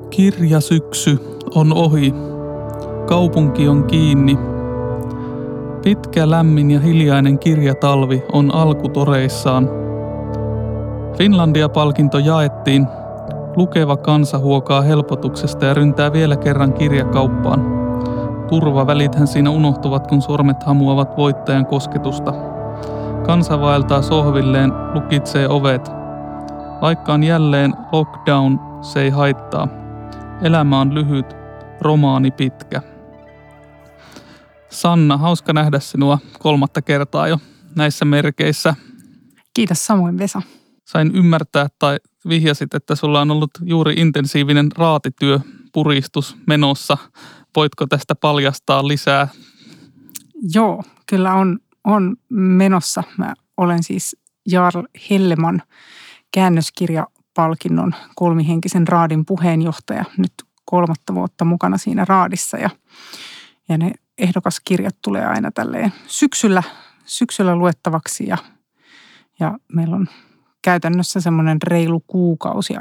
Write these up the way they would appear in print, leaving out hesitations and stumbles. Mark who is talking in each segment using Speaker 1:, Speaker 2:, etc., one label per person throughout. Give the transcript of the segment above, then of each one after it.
Speaker 1: Kirjasyksy on ohi. Kaupunki on kiinni. Pitkä, lämmin ja hiljainen kirjatalvi on alkutoreissaan. Finlandia-palkinto jaettiin. Lukeva kansa huokaa helpotuksesta ja ryntää vielä kerran kirjakauppaan. Turvavälithän siinä unohtuvat, kun sormet hamuavat voittajan kosketusta. Kansa vaeltaa sohvilleen, lukitsee ovet. Vaikka on jälleen lockdown, se ei haittaa. Elämä on lyhyt, romaani pitkä. Sanna, hauska nähdä sinua 3. kertaa jo näissä merkeissä.
Speaker 2: Kiitos samoin, Vesa.
Speaker 1: Sain ymmärtää tai vihjasit, että sulla on ollut juuri intensiivinen raatityöpuristus menossa. Voitko tästä paljastaa lisää?
Speaker 2: Joo, kyllä on menossa. Mä olen siis Jarl Helleman käännöskirjapalkinnon kolmihenkisen raadin puheenjohtaja nyt 3. vuotta mukana siinä raadissa ja ne ehdokaskirjat tulee aina tälleen syksyllä luettavaksi ja meillä on käytännössä semmoinen reilu kuukausi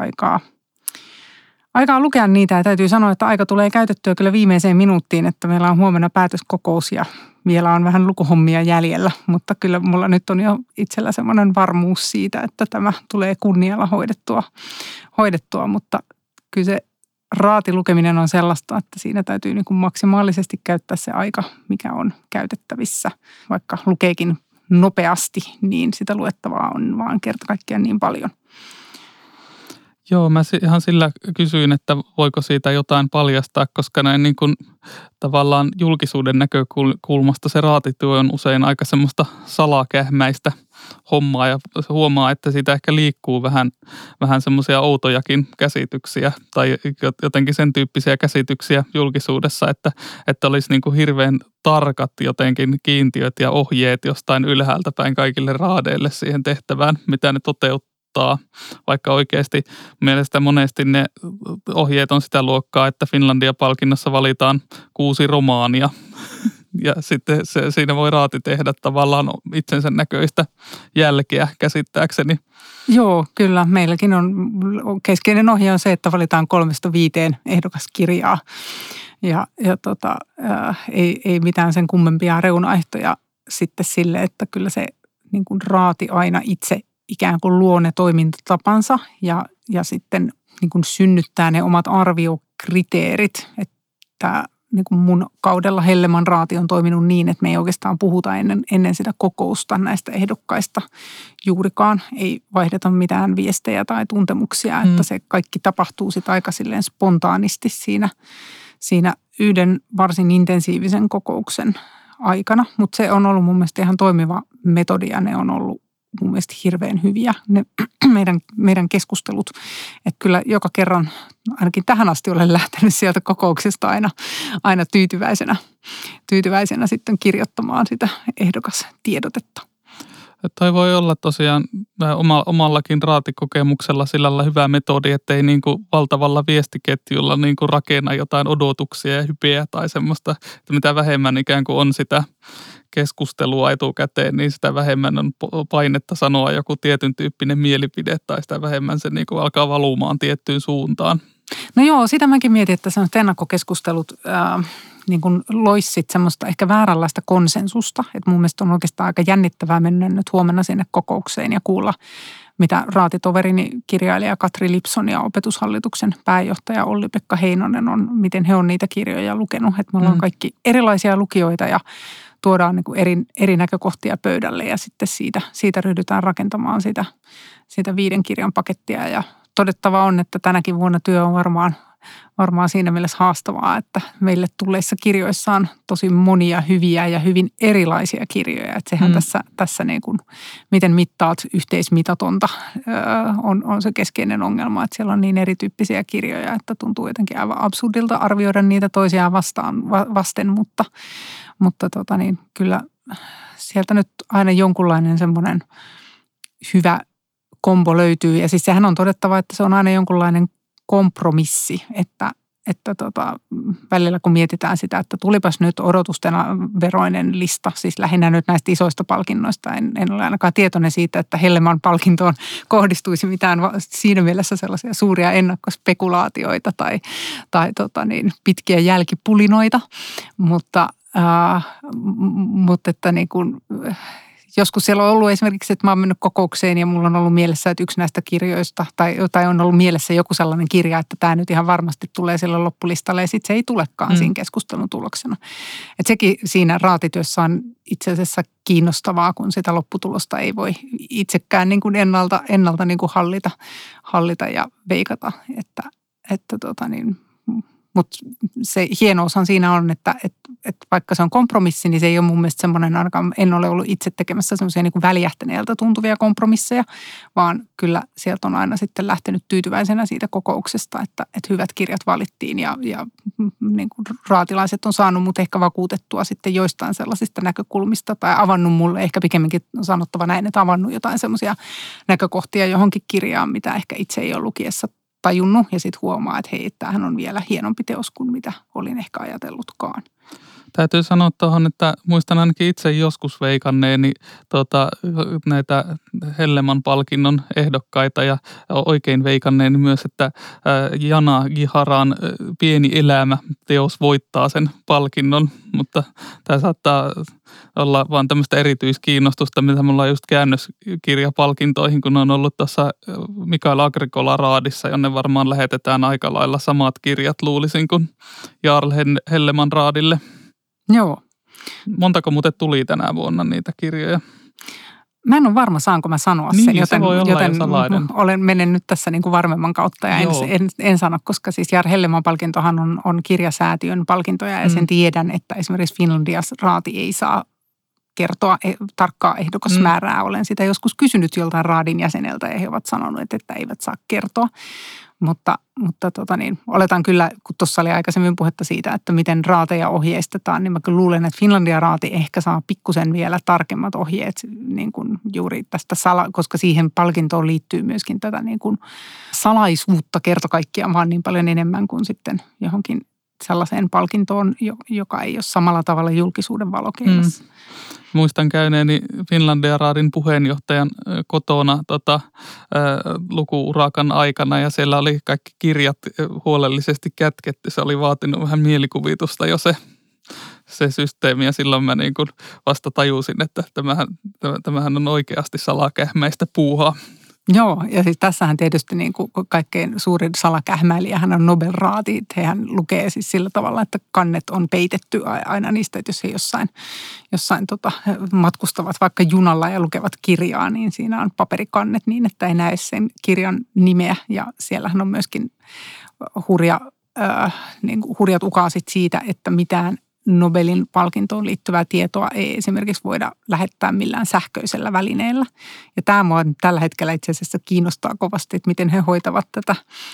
Speaker 2: aikaa lukea niitä ja täytyy sanoa, että aika tulee käytettyä kyllä viimeiseen minuuttiin, että meillä on huomenna päätöskokous ja vielä on vähän lukuhommia jäljellä, mutta kyllä mulla nyt on jo itsellä semmoinen varmuus siitä, että tämä tulee kunnialla hoidettua, mutta kyllä se raatilukeminen on sellaista, että siinä täytyy niin kuin maksimaalisesti käyttää se aika, mikä on käytettävissä, vaikka lukeekin nopeasti, niin sitä luettavaa on vaan kerta kaikkiaan niin paljon.
Speaker 1: Joo, mä ihan sillä kysyin, että voiko siitä jotain paljastaa, koska näin niin kuin tavallaan julkisuuden näkökulmasta se raatityö on usein aika semmoista salakähmäistä hommaa ja huomaa, että siitä ehkä liikkuu vähän semmoisia outojakin käsityksiä tai jotenkin sen tyyppisiä käsityksiä julkisuudessa, että olisi niin kuin hirveän tarkat jotenkin kiintiöt ja ohjeet jostain ylhäältä päin kaikille raadeille siihen tehtävään, mitä ne toteuttaa. Vaikka oikeasti mielestäni monesti ne ohjeet on sitä luokkaa, että Finlandia-palkinnossa valitaan 6 romaania ja sitten siinä voi raati tehdä tavallaan itsensä näköistä jälkeä käsittääkseni.
Speaker 2: Joo, kyllä. Meilläkin on keskeinen ohje on se, että valitaan 3-5 ehdokaskirjaa ja ei mitään sen kummempia reunaehtoja sitten sille, että kyllä se niin kuin raati aina itse ikään kuin luo ne toimintatapansa ja sitten niin kuin synnyttää ne omat arviokriteerit. Että niin kuin mun kaudella Helleman raati on toiminut niin, että me ei oikeastaan puhuta ennen sitä kokousta näistä ehdokkaista juurikaan. Ei vaihdeta mitään viestejä tai tuntemuksia, että se kaikki tapahtuu sitten aika silleen spontaanisti siinä yhden varsin intensiivisen kokouksen aikana. Mutta se on ollut mun mielestä ihan toimiva metodi ja ne on ollut mun mielestä hirveän hyviä ne meidän keskustelut. Että kyllä joka kerran, ainakin tähän asti olen lähtenyt sieltä kokouksesta aina tyytyväisenä sitten kirjoittamaan sitä ehdokastiedotetta.
Speaker 1: Toi voi olla tosiaan omallakin raatikokemuksella sillä lailla hyvä metodi, ettei niin kuin valtavalla viestiketjulla niin kuin rakenna jotain odotuksia ja hypeä tai semmoista, että mitä vähemmän ikään kuin on sitä keskustelua etukäteen, niin sitä vähemmän on painetta sanoa joku tietyn tyyppinen mielipide tai sitä vähemmän se niin kuin alkaa valumaan tiettyyn suuntaan.
Speaker 2: No joo, sitä mäkin mietin, että sellaiset ennakkokeskustelut niin kuin lois sit semmoista ehkä vääränlaista konsensusta. Että mun mielestä on oikeastaan aika jännittävää mennä nyt huomenna sinne kokoukseen ja kuulla, mitä raatitoverini kirjailija Katri Lipson ja opetushallituksen pääjohtaja Olli-Pekka Heinonen on, miten he on niitä kirjoja lukenut. Että me ollaan kaikki erilaisia lukijoita ja tuodaan niin kuin eri näkökohtia pöydälle ja sitten siitä ryhdytään rakentamaan sitä 5 kirjan pakettia. Ja todettava on, että tänäkin vuonna työ on varmaan siinä mielessä haastavaa, että meille tulleissa kirjoissa on tosi monia hyviä ja hyvin erilaisia kirjoja. Että sehän tässä niin kuin, miten mittaat yhteismitatonta on se keskeinen ongelma, että siellä on niin erityyppisiä kirjoja, että tuntuu jotenkin aivan absurdilta arvioida niitä toisiaan vasten, mutta kyllä sieltä nyt aina jonkunlainen semmoinen hyvä kombo löytyy. Ja siis sehän on todettava, että se on aina jonkunlainen kompromissi, että että välillä kun mietitään sitä, että tulipas nyt odotusten veroinen lista, siis lähinnä nyt näistä isoista palkinnoista, en ole ainakaan tietoinen siitä, että Helleman palkintoon kohdistuisi mitään siinä mielessä sellaisia suuria ennakkospekulaatioita tai pitkiä jälkipulinoita, mutta että niin kuin, joskus siellä on ollut esimerkiksi, että mä oon mennyt kokoukseen ja mulla on ollut mielessä, että yksi näistä kirjoista tai on ollut mielessä joku sellainen kirja, että tämä nyt ihan varmasti tulee sille loppulistalle ja sitten se ei tulekaan siinä keskustelun tuloksena. Että sekin siinä raatityössä on itse asiassa kiinnostavaa, kun sitä lopputulosta ei voi itsekään niin kuin ennalta niin kuin hallita ja veikata, mutta se hienoushan siinä on, että vaikka se on kompromissi, niin se ei ole mun mielestä semmoinen, ainakaan en ole ollut itse tekemässä semmoisia niin kuin väljähtäneeltä tuntuvia kompromisseja, vaan kyllä sieltä on aina sitten lähtenyt tyytyväisenä siitä kokouksesta, että hyvät kirjat valittiin ja niin kuin raatilaiset on saanut mut ehkä vakuutettua sitten joistain sellaisista näkökulmista tai avannut mulle, ehkä pikemminkin sanottava näin, että avannut jotain semmoisia näkökohtia johonkin kirjaan, mitä ehkä itse ei ole lukiessa tajunnut ja sitten huomaa, että hei, tämähän on vielä hienompi teos kuin mitä olin ehkä ajatellutkaan.
Speaker 1: Täytyy sanoa tuohon, että muistan ainakin itse joskus veikanneeni näitä Helleman palkinnon ehdokkaita ja oikein veikanneeni myös, että Jana Giharan Pieni elämä -teos voittaa sen palkinnon, mutta tämä saattaa olla vaan tämmöistä erityiskiinnostusta, mitä mulla on just käännöskirjapalkintoihin, kun on ollut tuossa Mikael Agricola-raadissa, jonne varmaan lähetetään aika lailla samat kirjat, luulisin, kuin Jarl Helleman raadille.
Speaker 2: Joo.
Speaker 1: Montako muuten tuli tänä vuonna niitä kirjoja?
Speaker 2: Mä en ole varma, saanko mä sanoa
Speaker 1: niin,
Speaker 2: sen, joten olen mennyt tässä niin kuin varmemman kautta ja en sano, koska siis Jarl Helleman palkintohan on kirjasäätiön palkintoja ja sen tiedän, että esimerkiksi Finlandias raati ei saa kertoa tarkkaa ehdokasmäärää. Olen sitä joskus kysynyt joltain raadin jäseneltä ja he ovat sanoneet, että eivät saa kertoa. Mutta oletan kyllä, kun tuossa oli aikaisemmin puhetta siitä, että miten raateja ohjeistetaan, niin mä kyllä luulen, että Finlandia raati ehkä saa pikkusen vielä tarkemmat ohjeet niin kuin juuri tästä, koska siihen palkintoon liittyy myöskin tätä niin kuin salaisuutta kertokaikkiaan vaan niin paljon enemmän kuin sitten johonkin sellaiseen palkintoon, joka ei ole samalla tavalla julkisuuden valokeilassa.
Speaker 1: Muistan käyneeni Finlandia raadin puheenjohtajan kotona lukuurakan aikana ja siellä oli kaikki kirjat huolellisesti kätketty. Se oli vaatinut vähän mielikuvitusta jo se systeemi ja silloin mä niin kuin vasta tajusin, että tämähän on oikeasti salakähmäistä puuhaa.
Speaker 2: Joo, ja siis tässähän tietysti niin kuin kaikkein suurin salakähmäilijähän on Nobel-raati. Hehän lukee siis sillä tavalla, että kannet on peitetty aina niistä, että jos he jossain matkustavat vaikka junalla ja lukevat kirjaa, niin siinä on paperikannet niin, että ei näe sen kirjan nimeä. Ja siellähän on myöskin hurjat ukaasit siitä, että mitään Nobelin palkintoon liittyvää tietoa ei esimerkiksi voida lähettää millään sähköisellä välineellä. Ja tämä mua tällä hetkellä itse asiassa kiinnostaa kovasti, että miten he hoitavat tätä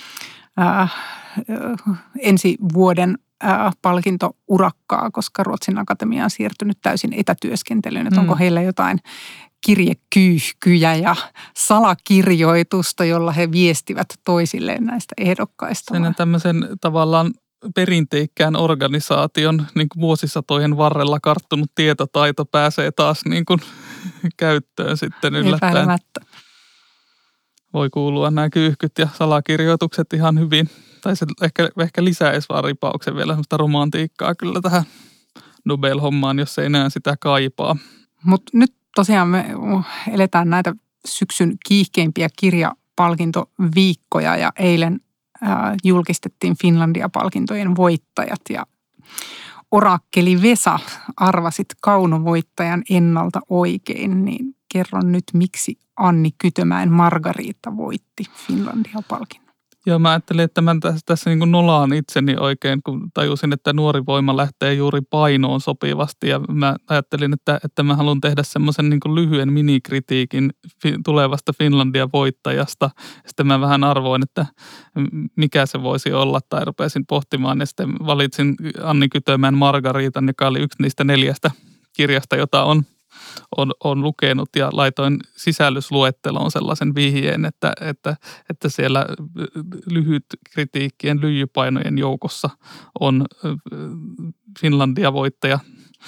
Speaker 2: ensi vuoden palkintourakkaa, koska Ruotsin Akatemia on siirtynyt täysin etätyöskentelyyn. Että onko heillä jotain kirjekyyhkyjä ja salakirjoitusta, jolla he viestivät toisilleen näistä ehdokkaista?
Speaker 1: Sen on tämmöisen tavallaan perinteikkään organisaation niin kuin vuosisatojen varrella karttunut tietotaito pääsee taas niin kuin käyttöön sitten yllättäen.
Speaker 2: Epäilemättä.
Speaker 1: Voi kuulua nämä kyyhkyt ja salakirjoitukset ihan hyvin. Tai se ehkä lisäisi vaan ripauksen vielä semmoista romantiikkaa kyllä tähän Nobel-hommaan, jos ei enää sitä kaipaa.
Speaker 2: Mutta nyt tosiaan me eletään näitä syksyn kiihkeimpiä kirjapalkintoviikkoja ja eilen julkistettiin Finlandia-palkintojen voittajat ja orakkeli Vesa arvasit Kauno-voittajan ennalta oikein, niin kerron nyt miksi Anni Kytömäen Margariitta voitti Finlandia-palkinnon.
Speaker 1: Joo, mä ajattelin, että mä tässä niin kuin nolaan itseni oikein, kun tajusin, että nuori voima lähtee juuri painoon sopivasti. Ja mä ajattelin, että mä haluan tehdä semmoisen niin kuin lyhyen minikritiikin tulevasta Finlandia voittajasta. Sitten mä vähän arvoin, että mikä se voisi olla, tai rupesin pohtimaan. Ja sitten valitsin Anni Kytömäen Margariitan, joka oli yksi niistä 4 kirjasta, jota on on lukenut ja laitoin sisällysluetteloon sellaisen vihjeen, että siellä lyhyt kritiikkien lyijypainojen joukossa on Finlandia-voittaja.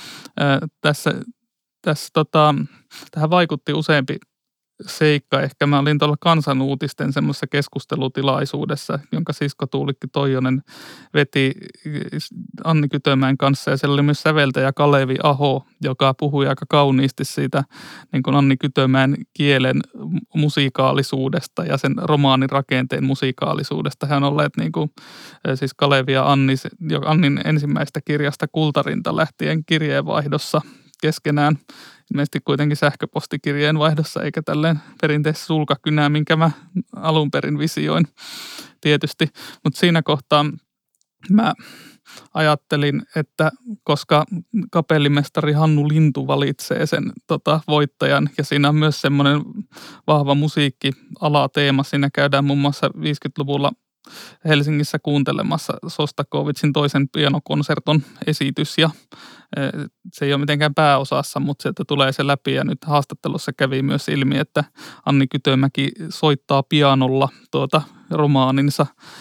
Speaker 1: Tähän vaikutti useampi seikka. Ehkä mä olin tuolla Kansan Uutisten semmoisessa keskustelutilaisuudessa, jonka sisko Tuulikki Toijonen veti Anni Kytömäen kanssa. Ja siellä oli myös säveltäjä Kalevi Aho, joka puhui aika kauniisti siitä niin kuin Anni Kytömäen kielen musikaalisuudesta ja sen romaanin rakenteen musikaalisuudesta. Hän on olleet niin kuin, siis Kalevi ja Annin ensimmäistä kirjasta Kultarinta lähtien kirjeenvaihdossa keskenään. Ilmeisesti kuitenkin sähköpostikirjeen vaihdossa, eikä tälleen perinteisessä sulkakynää, minkä mä alun perin visioin tietysti. Mutta siinä kohtaa mä ajattelin, että koska kapellimestari Hannu Lintu valitsee sen voittajan ja siinä on myös semmoinen vahva musiikki-alateema. Siinä käydään muun muassa 50-luvulla Helsingissä kuuntelemassa Sostakovitsin toisen pianokonserton esitys ja se ei ole mitenkään pääosassa, mutta sieltä tulee se läpi ja nyt haastattelussa kävi myös ilmi, että Anni Kytömäki soittaa pianolla romaaninsa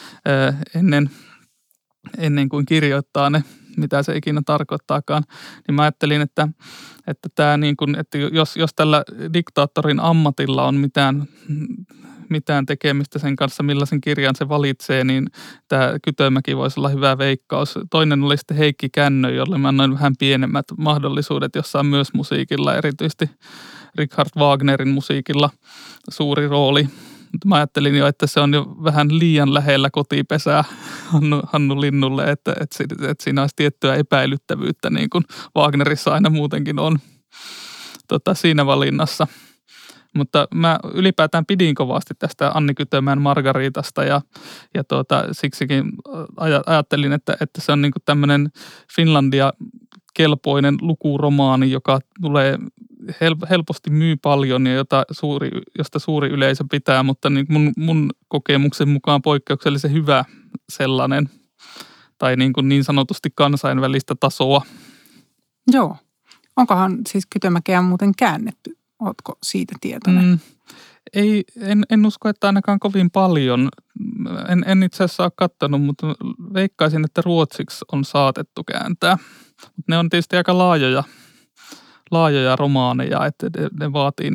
Speaker 1: ennen kuin kirjoittaa ne, mitä se ikinä tarkoittaakaan. Niin mä ajattelin, että tämä niin kuin, että jos tällä diktaattorin ammatilla on mitään tekemistä sen kanssa, millaisen kirjan se valitsee, niin tämä Kytömäki voisi olla hyvä veikkaus. Toinen oli sitten Heikki Kännö, jolle mä annoin vähän pienemmät mahdollisuudet, jossa on myös musiikilla, erityisesti Richard Wagnerin musiikilla suuri rooli. Mutta mä ajattelin jo, että se on jo vähän liian lähellä kotipesää Hannu Linnulle, että siinä olisi tiettyä epäilyttävyyttä, niin kuin Wagnerissa aina muutenkin on siinä valinnassa. Mutta mä ylipäätään pidin kovasti tästä Anni Kytömäen Margaritasta ja siksikin ajattelin, että se on niinku tämmöinen Finlandia-kelpoinen lukuromaani, joka tulee helposti myy paljon ja josta suuri yleisö pitää, mutta niin mun kokemuksen mukaan poikkeuksellisen hyvä sellainen tai niin sanotusti kansainvälistä tasoa. Joo.
Speaker 2: Onkohan siis Kytömäkeä muuten käännetty? Ootko siitä tietoinen?
Speaker 1: En usko, että ainakaan kovin paljon. En itse asiassa ole katsonut, mutta veikkaisin, että ruotsiksi on saatettu kääntää. Ne on tietysti aika laajoja romaaneja, että ne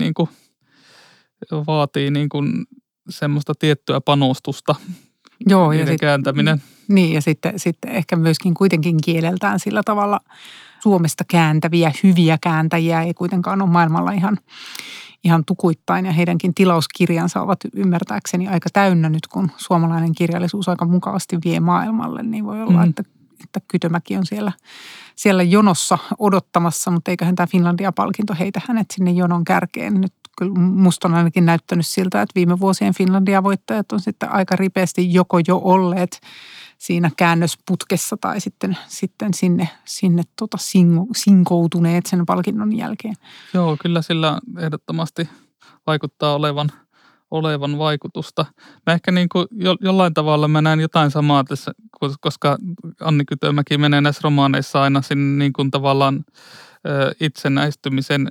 Speaker 1: vaatii semmoista tiettyä panostusta.
Speaker 2: Joo, ja
Speaker 1: kääntäminen.
Speaker 2: Niin, ja sitten ehkä myöskin kuitenkin kieleltään sillä tavalla Suomesta kääntäviä, hyviä kääntäjiä ei kuitenkaan ole maailmalla ihan tukuittain. Ja heidänkin tilauskirjansa ovat ymmärtääkseni aika täynnä nyt, kun suomalainen kirjallisuus aika mukavasti vie maailmalle. Niin voi olla, että Kytömäki on siellä jonossa odottamassa, mutta eiköhän tämä Finlandia-palkinto heitä hänet sinne jonon kärkeen. Nyt kyllä musta on ainakin näyttänyt siltä, että viime vuosien Finlandia-voittajat on sitten aika ripeästi joko jo olleet siinä käännösputkessa tai sitten sinne sinkoutuneet sen palkinnon jälkeen.
Speaker 1: Joo, kyllä sillä ehdottomasti vaikuttaa olevan vaikutusta. Mä ehkä niin kuin jollain tavalla mä näen jotain samaa tässä, koska Anni Kytömäki menee näissä romaaneissa aina sinne niin kuin tavallaan itsenäistymisen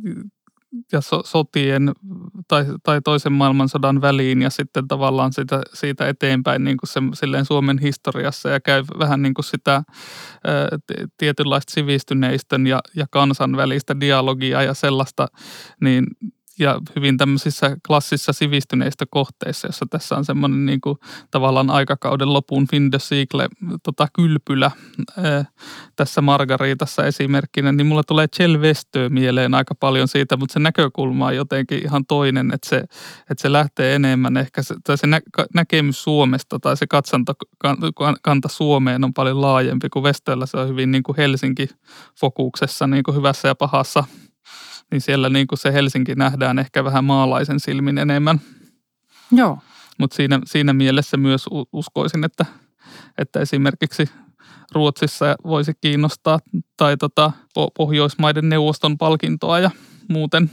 Speaker 1: ja sotien tai toisen maailmansodan väliin ja sitten tavallaan siitä eteenpäin niin kuin silleen Suomen historiassa ja käy vähän niin kuin sitä tietynlaista sivistyneistön ja kansan välistä dialogia ja sellaista, niin ja hyvin tämmöisissä klassissa sivistyneistä kohteissa, jossa tässä on semmoinen niin kuin tavallaan aikakauden lopun fin de siècle kylpylä tässä Margaritassa esimerkkinä, niin mulla tulee Kjell Westö mieleen aika paljon siitä, mutta se näkökulma on jotenkin ihan toinen, että se lähtee enemmän ehkä, se näkemys Suomesta tai se katsantokanta Suomeen on paljon laajempi kuin Westöllä, se on hyvin niin kuin Helsinki-fokuksessa niin kuin hyvässä ja pahassa. Niin siellä niin kuin se Helsinki nähdään ehkä vähän maalaisen silmin enemmän.
Speaker 2: Joo.
Speaker 1: Mutta siinä mielessä myös uskoisin, että esimerkiksi Ruotsissa voisi kiinnostaa tai Pohjoismaiden neuvoston palkintoa ja muuten.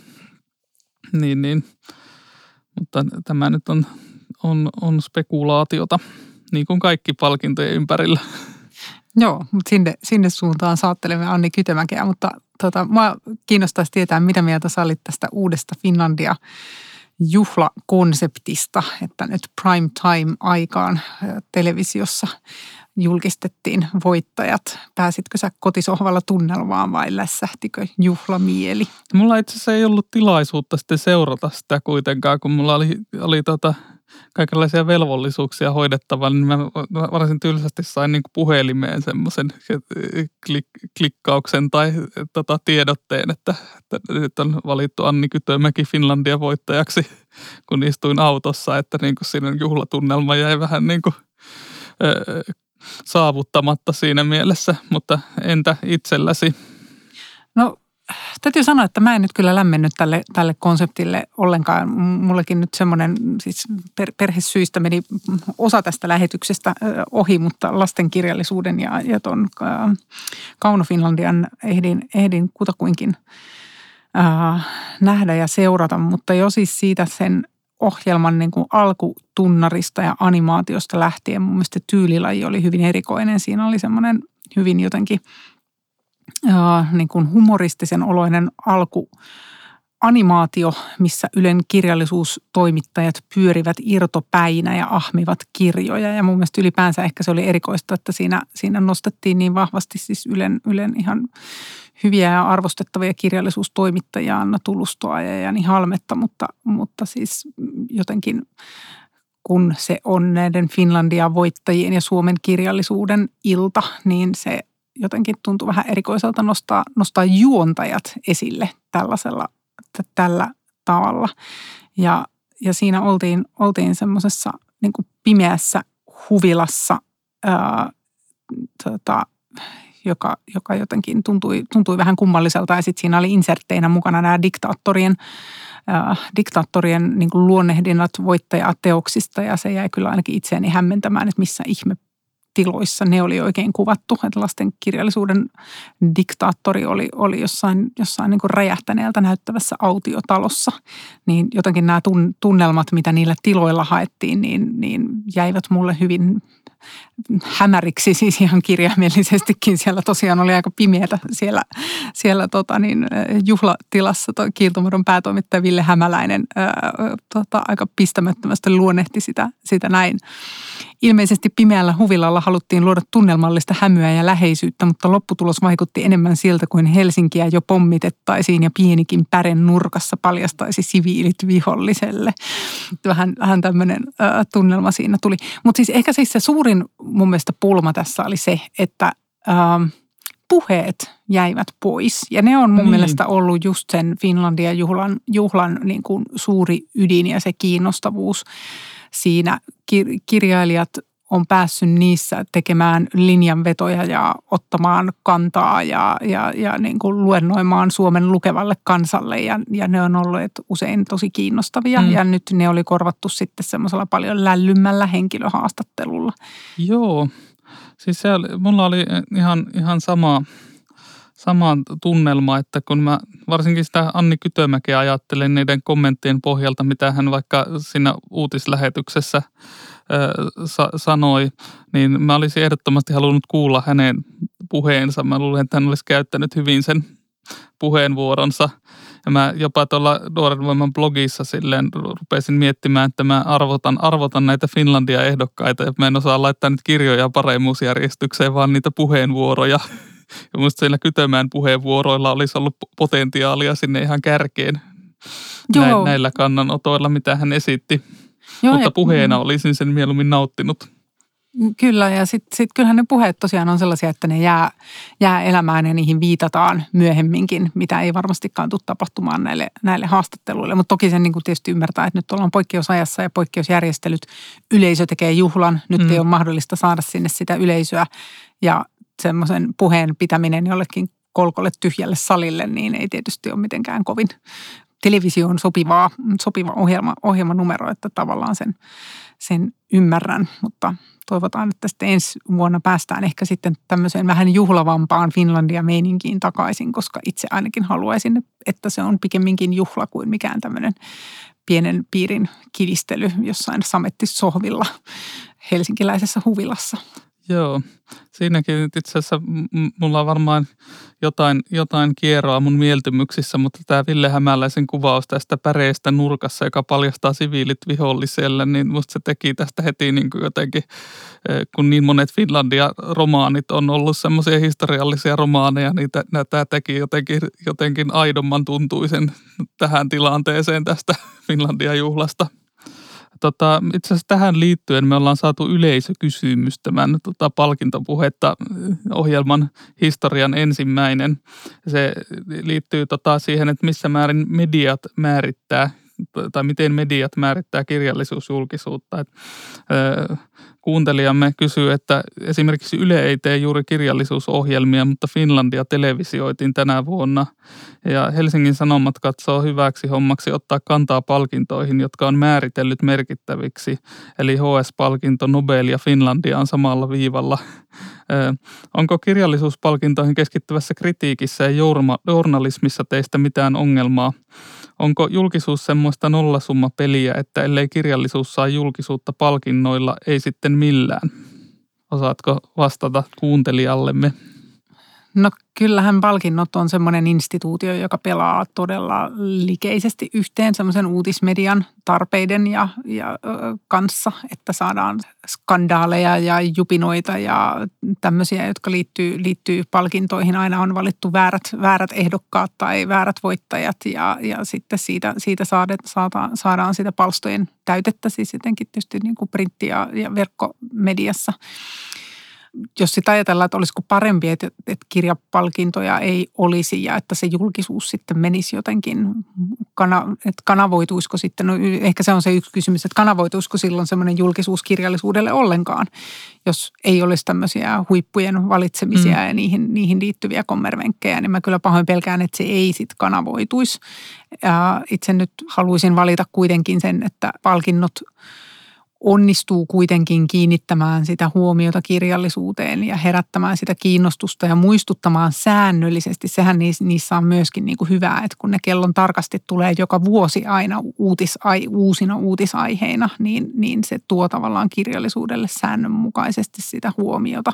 Speaker 1: Niin. Mutta tämä nyt on spekulaatiota, niin kuin kaikki palkintojen ympärillä.
Speaker 2: Joo, mutta sinne suuntaan saattelemme Anni Kytömäkeä, mutta Mua kiinnostaisi tietää, mitä mieltä sä olit tästä uudesta Finlandia-juhlakonseptista, että nyt prime time-aikaan televisiossa julkistettiin voittajat. Pääsitkö sä kotisohvalla tunnelmaan vai lässähtikö juhlamieli?
Speaker 1: Mulla itse asiassa ei ollut tilaisuutta sitten seurata sitä kuitenkaan, kun mulla oli kaikenlaisia velvollisuuksia hoidettavana, niin mä varsin tylsästi sain niin kuin puhelimeen semmoisen klikkauksen tai tiedotteen, että nyt on valittu Anni Kytömäki Finlandia voittajaksi, kun istuin autossa, että niin kuin siinä juhlatunnelma jäi vähän niin kuin saavuttamatta siinä mielessä, mutta entä itselläsi?
Speaker 2: No täytyy sanoa, että mä en nyt kyllä lämmennyt tälle konseptille ollenkaan. Mullekin nyt semmoinen siis perhesyistä meni osa tästä lähetyksestä ohi, mutta lastenkirjallisuuden ja ton Kauno Finlandian ehdin kutakuinkin nähdä ja seurata, mutta jo siis siitä sen ohjelman niin kuin alkutunnarista ja animaatiosta lähtien mun mielestä tyylilaji oli hyvin erikoinen. Siinä oli semmoinen hyvin jotenkin niin kuin humoristisen oloinen alkuanimaatio, missä Ylen kirjallisuustoimittajat pyörivät irtopäinä ja ahmivat kirjoja. Ja mun mielestä ylipäänsä ehkä se oli erikoista, että siinä nostettiin niin vahvasti siis Ylen ihan hyviä ja arvostettavia kirjallisuustoimittajia, Anna Tulustoa ja Jani Halmetta, mutta siis jotenkin kun se on näiden Finlandia-voittajien ja Suomen kirjallisuuden ilta, niin se jotenkin tuntui vähän erikoiselta nostaa juontajat esille tällä tavalla. Ja siinä oltiin semmoisessa niin kuin pimeässä huvilassa, joka jotenkin tuntui vähän kummalliselta. Ja sitten siinä oli insertteinä mukana nämä diktaattorien niin kuin luonnehdinnat voittajateoksista. Ja se jäi kyllä ainakin itseäni hämmentämään, että missä tiloissa ne oli oikein kuvattu, että lasten kirjallisuuden diktaattori oli jossain niin kuin räjähtäneeltä näyttävässä autiotalossa, niin jotenkin nämä tunnelmat, mitä niillä tiloilla haettiin, niin jäivät mulle hyvin hämäriksi, siis ihan kirjaimellisestikin. Siellä tosiaan oli aika pimeätä siellä juhlatilassa. Kiiltomuodon päätoimittaja Ville Hämäläinen aika pistämättömästi luonnehti sitä näin. Ilmeisesti pimeällä huvilalla haluttiin luoda tunnelmallista hämyä ja läheisyyttä, mutta lopputulos vaikutti enemmän siltä kuin Helsinkiä jo pommitettaisiin ja pienikin pären nurkassa paljastaisi siviilit viholliselle. Vähän tämmöinen tunnelma siinä tuli. Mutta siis ehkä siis se suurin mun mielestä pulma tässä oli se, että puheet jäivät pois. Ja ne on mun mielestä ollut just sen Finlandia-juhlan niin kuin suuri ydin ja se kiinnostavuus siinä. Kirjailijat on päässyt niissä tekemään linjanvetoja ja ottamaan kantaa ja niin kuin luennoimaan Suomen lukevalle kansalle. Ja ne on ollut usein tosi kiinnostavia ja nyt ne oli korvattu sitten semmoisella paljon lällymmällä henkilöhaastattelulla.
Speaker 1: Joo, siis mulla oli ihan sama tunnelma, että kun mä varsinkin sitä Anni Kytömäkeä ajattelin niiden kommenttien pohjalta, mitä hän vaikka siinä uutislähetyksessä sanoi, niin mä olisin ehdottomasti halunnut kuulla hänen puheensa. Mä luulen, että hän olisi käyttänyt hyvin sen puheenvuoronsa. Ja mä jopa tuolla Nuoren Voiman blogissa silleen rupesin miettimään, että mä arvotan näitä Finlandia-ehdokkaita ja mä en osaa laittaa nyt kirjoja paremmuusjärjestykseen, vaan niitä puheenvuoroja. Ja musta siellä Kytömään puheenvuoroilla olisi ollut potentiaalia sinne ihan kärkeen näillä kannanotoilla, mitä hän esitti. Mutta puheena olisin sen mieluummin nauttinut.
Speaker 2: Kyllä, ja sitten kyllähän ne puheet tosiaan on sellaisia, että ne jää elämään ja niihin viitataan myöhemminkin, mitä ei varmastikaan tule tapahtumaan näille haastatteluille. Mutta toki sen niin kuin tietysti ymmärtää, että nyt ollaan poikkeusajassa ja poikkeusjärjestelyt. Yleisö tekee juhlan, nyt ei ole mahdollista saada sinne sitä yleisöä ja semmoisen puheen pitäminen jollekin kolkolle tyhjälle salille, niin ei tietysti ole mitenkään kovin televisioon sopiva ohjelmanumero, että tavallaan sen ymmärrän, mutta toivotaan, että sitten ensi vuonna päästään ehkä sitten tämmöiseen vähän juhlavampaan Finlandia-meininkiin takaisin, koska itse ainakin haluaisin, että se on pikemminkin juhla kuin mikään tämmöinen pienen piirin kivistely jossain samettisohvilla helsinkiläisessä huvilassa.
Speaker 1: Joo, siinäkin itse asiassa mulla on varmaan jotain kierroa mun mieltymyksissä, mutta tämä Ville Hämäläisen kuvaus tästä päreestä nurkassa, joka paljastaa siviilit viholliselle, niin musta se teki tästä heti niin kuin jotenkin, kun niin monet Finlandia-romaanit on ollut semmoisia historiallisia romaaneja, niin tämä teki jotenkin aidomman tuntuisen tähän tilanteeseen tästä Finlandia-juhlasta. Itse asiassa tähän liittyen me ollaan saatu yleisökysymys tämän palkintopuhetta ohjelman historian ensimmäinen. Se liittyy siihen, että missä määrin mediat määrittää tai miten mediat määrittää kirjallisuusjulkisuutta. Kuuntelijamme kysyy, että esimerkiksi Yle ei tee juuri kirjallisuusohjelmia, mutta Finlandia televisioitiin tänä vuonna. Ja Helsingin Sanomat katsoo hyväksi hommaksi ottaa kantaa palkintoihin, jotka on määritellyt merkittäviksi. Eli HS-palkinto, Nobel ja Finlandia on samalla viivalla. Onko kirjallisuuspalkintoihin keskittyvässä kritiikissä ja journalismissa teistä mitään ongelmaa? Onko julkisuus semmoista nollasummapeliä, että ellei kirjallisuus saa julkisuutta palkinnoilla, ei sitten millään? Osaatko vastata kuuntelijallemme?
Speaker 2: No kyllähän palkinnot on semmoinen instituutio, joka pelaa todella likeisesti yhteen semmoisen uutismedian tarpeiden ja kanssa, että saadaan skandaaleja ja jupinoita ja tämmöisiä, jotka liittyy palkintoihin. Aina on valittu väärät ehdokkaat tai väärät voittajat ja sitten siitä saadaan sitä palstojen täytettä, siis jotenkin tietysti niin kuin printti- ja verkkomediassa. Jos sitä ajatellaan, että olisiko parempi, että kirjapalkintoja ei olisi ja että se julkisuus sitten menisi jotenkin, että kanavoituisiko sitten, no ehkä se on se yksi kysymys, että kanavoituisiko silloin semmoinen julkisuus kirjallisuudelle ollenkaan, jos ei olisi tämmöisiä huippujen valitsemisia ja niihin liittyviä kommervenkkejä, niin mä kyllä pahoin pelkään, että se ei sitten kanavoituisi. Ja itse nyt haluaisin valita kuitenkin sen, että palkinnot onnistuu kuitenkin kiinnittämään sitä huomiota kirjallisuuteen ja herättämään sitä kiinnostusta ja muistuttamaan säännöllisesti. Sehän niissä on myöskin niin kuin hyvää, että kun ne kellon tarkasti tulee joka vuosi aina uusina uutisaiheina, niin se tuo tavallaan kirjallisuudelle säännönmukaisesti sitä huomiota.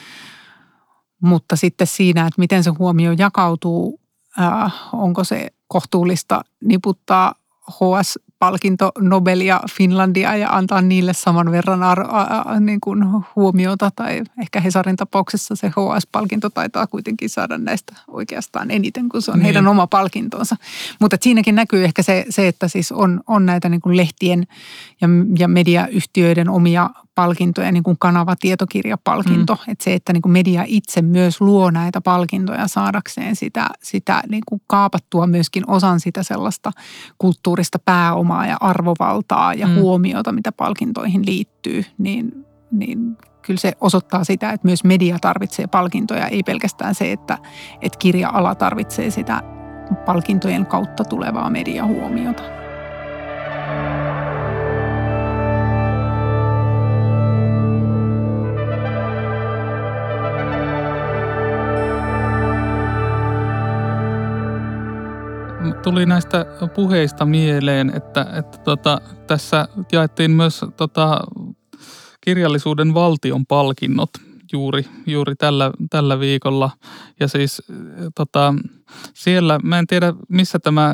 Speaker 2: Mutta sitten siinä, että miten se huomio jakautuu, onko se kohtuullista niputtaa HS-palkinto Nobelia Finlandia ja antaa niille saman verran niin kuin huomiota, tai ehkä Hesarin tapauksessa se HS-palkinto taitaa kuitenkin saada näistä oikeastaan eniten, kun se on heidän oma palkintonsa. Mutta siinäkin näkyy ehkä se että siis on näitä niin kuin lehtien ja mediayhtiöiden omia palkintoja, niin kuin kanavatietokirjapalkinto. Että se, että niin kuin media itse myös luo näitä palkintoja saadakseen sitä niin kuin kaapattua myöskin osan sitä sellaista kulttuurista pääomaa ja arvovaltaa ja huomiota, mitä palkintoihin liittyy, niin kyllä se osoittaa sitä, että myös media tarvitsee palkintoja, ei pelkästään se, että kirja-ala tarvitsee sitä palkintojen kautta tulevaa mediahuomiota.
Speaker 1: Tuli näistä puheista mieleen, että tässä jaettiin myös kirjallisuuden valtion palkinnot juuri tällä viikolla. Ja siis siellä, mä en tiedä missä tämä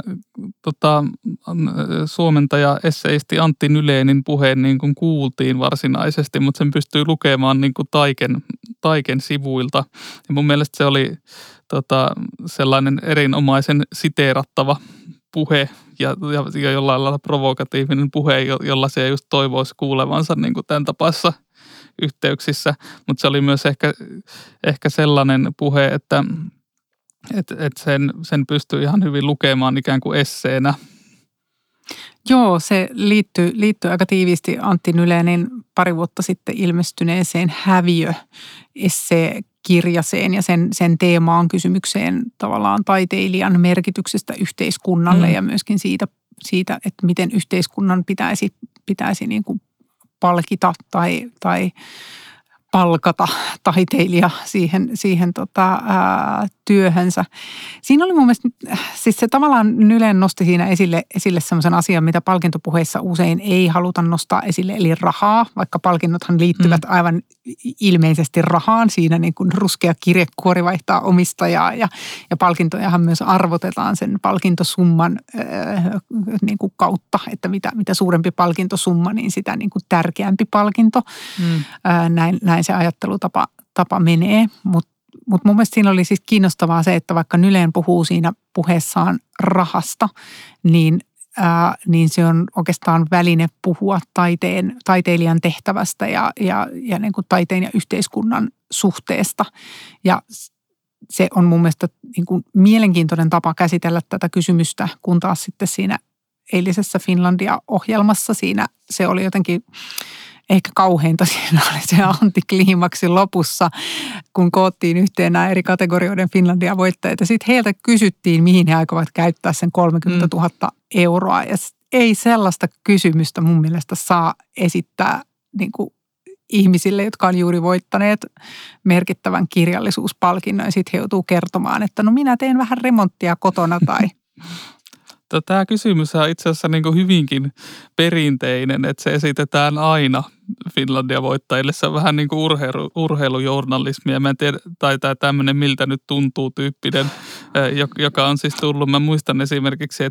Speaker 1: suomentaja esseisti Antti Nyleenin puheen niin kuin kuultiin varsinaisesti, mutta sen pystyy lukemaan niin kuin Taiken sivuilta. Ja mun mielestä se oli sellainen erinomaisen siteerattava puhe ja jollain lailla provokatiivinen puhe, jolla se just toivoisi kuulevansa niin kuin tämän tapaisissa yhteyksissä. Mutta se oli myös ehkä sellainen puhe, että sen pystyy ihan hyvin lukemaan ikään kuin esseenä.
Speaker 2: Joo, se liittyy aika tiiviisti Antti Nyleenin pari vuotta sitten ilmestyneeseen Häviö-esseekirjaseen ja sen teemaan kysymykseen tavallaan taiteilijan merkityksestä yhteiskunnalle ja myöskin siitä, että miten yhteiskunnan pitäisi niin kuin palkita tai palkata taiteilija siihen työhönsä. Siinä oli mun mielestä, siis se tavallaan Nylen nosti siinä esille semmoisen asian, mitä palkintopuheissa usein ei haluta nostaa esille, eli rahaa, vaikka palkinnothan liittyvät aivan ilmeisesti rahaan. Siinä niin kuin ruskea kirjekuori vaihtaa omistajaa ja palkintojahan myös arvotetaan sen palkintosumman niin kuin kautta, että mitä suurempi palkintosumma, niin sitä niin kuin tärkeämpi palkinto. Näin se ajattelutapa menee, mutta mun mielestä siinä oli siis kiinnostavaa se, että vaikka Nylen puhuu siinä puheessaan rahasta, niin se on oikeastaan väline puhua taiteilijan tehtävästä ja niin kuin taiteen ja yhteiskunnan suhteesta. Ja se on mun mielestä niin kuin mielenkiintoinen tapa käsitellä tätä kysymystä, kun taas sitten siinä eilisessä Finlandia-ohjelmassa siinä se oli jotenkin ehkä kauheinta siinä oli se antikliimaksin lopussa, kun koottiin yhteen nämä eri kategorioiden Finlandia-voittajat. Ja sitten heiltä kysyttiin, mihin he aikovat käyttää sen 30 000 euroa. Ja ei sellaista kysymystä mun mielestä saa esittää niin kuin ihmisille, jotka on juuri voittaneet merkittävän kirjallisuuspalkinnon. Ja sitten he joutuu kertomaan, että no minä teen vähän remonttia kotona tai...
Speaker 1: Tämä kysymys on itse asiassa niin kuin hyvinkin perinteinen, että se esitetään aina Finlandia-voittajille. Se on vähän niin kuin urheilujournalismia. Mä en tiedä, tai tämmöinen miltä nyt tuntuu tyyppinen, joka on siis tullut. Mä muistan esimerkiksi,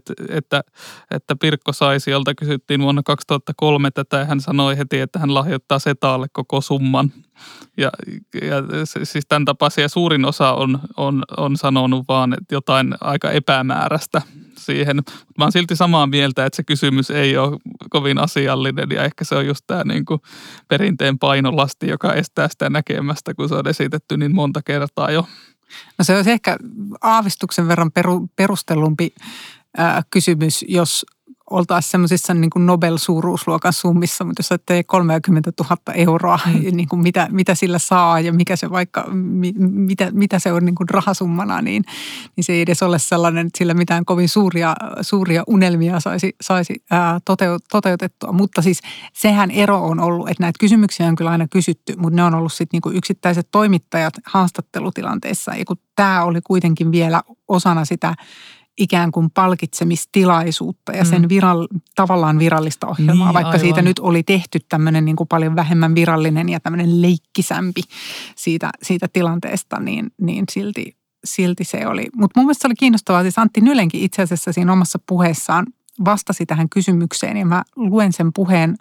Speaker 1: että Pirkko Saisiolta kysyttiin vuonna 2003 tätä ja hän sanoi heti, että hän lahjoittaa Setaalle koko summan. Ja siis tämän tapaisia suurin osa on sanonut vaan että jotain aika epämääräistä siihen. Mä oon silti samaa mieltä, että se kysymys ei ole kovin asiallinen ja ehkä se on just tämä niin kuin perinteen painolasti, joka estää sitä näkemästä, kun se on esitetty niin monta kertaa jo.
Speaker 2: No se olisi ehkä aavistuksen verran perustellumpi kysymys, jos oltaisiin semmoisissa niin kuin Nobel-suuruusluokan summissa, mutta jos ajattelee 30 000 euroa, niin kuin mitä sillä saa ja mikä se vaikka, mitä se on niin kuin rahasummana, niin se ei edes ole sellainen, että sillä mitään kovin suuria unelmia saisi toteutettua. Mutta siis sehän ero on ollut, että näitä kysymyksiä on kyllä aina kysytty, mutta ne on ollut sitten niin kuin yksittäiset toimittajat haastattelutilanteessa. Ja kun tämä oli kuitenkin vielä osana sitä ikään kuin palkitsemistilaisuutta ja sen tavallaan virallista ohjelmaa, niin, vaikka aivan. Siitä nyt oli tehty tämmöinen niin kuin paljon vähemmän virallinen ja tämmöinen leikkisämpi siitä tilanteesta, niin silti se oli. Mutta mun mielestä se oli kiinnostavaa, siis Antti Nylenkin itse asiassa siinä omassa puheessaan vastasi tähän kysymykseen ja mä luen sen puheen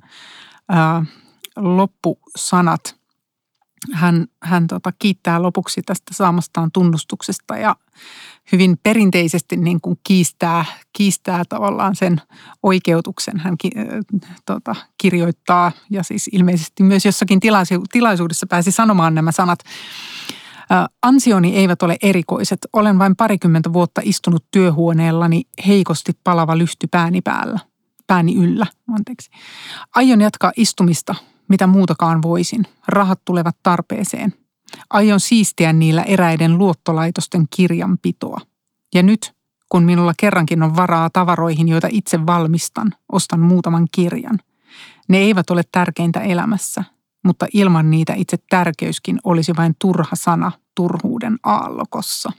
Speaker 2: loppusanat. Hän kiittää lopuksi tästä saamastaan tunnustuksesta ja hyvin perinteisesti niin kuin kiistää tavallaan sen oikeutuksen. Hän kirjoittaa ja siis ilmeisesti myös jossakin tilaisuudessa pääsi sanomaan nämä sanat. Ansioni eivät ole erikoiset. Olen vain 20 vuotta istunut työhuoneellani heikosti palava lyhty pääni yllä. Aion jatkaa istumista. Mitä muutakaan voisin. Rahat tulevat tarpeeseen. Aion siistiä niillä eräiden luottolaitosten kirjanpitoa. Ja nyt, kun minulla kerrankin on varaa tavaroihin, joita itse valmistan, ostan muutaman kirjan. Ne eivät ole tärkeintä elämässä, mutta ilman niitä itse tärkeyskin olisi vain turha sana turhuuden aallokossa.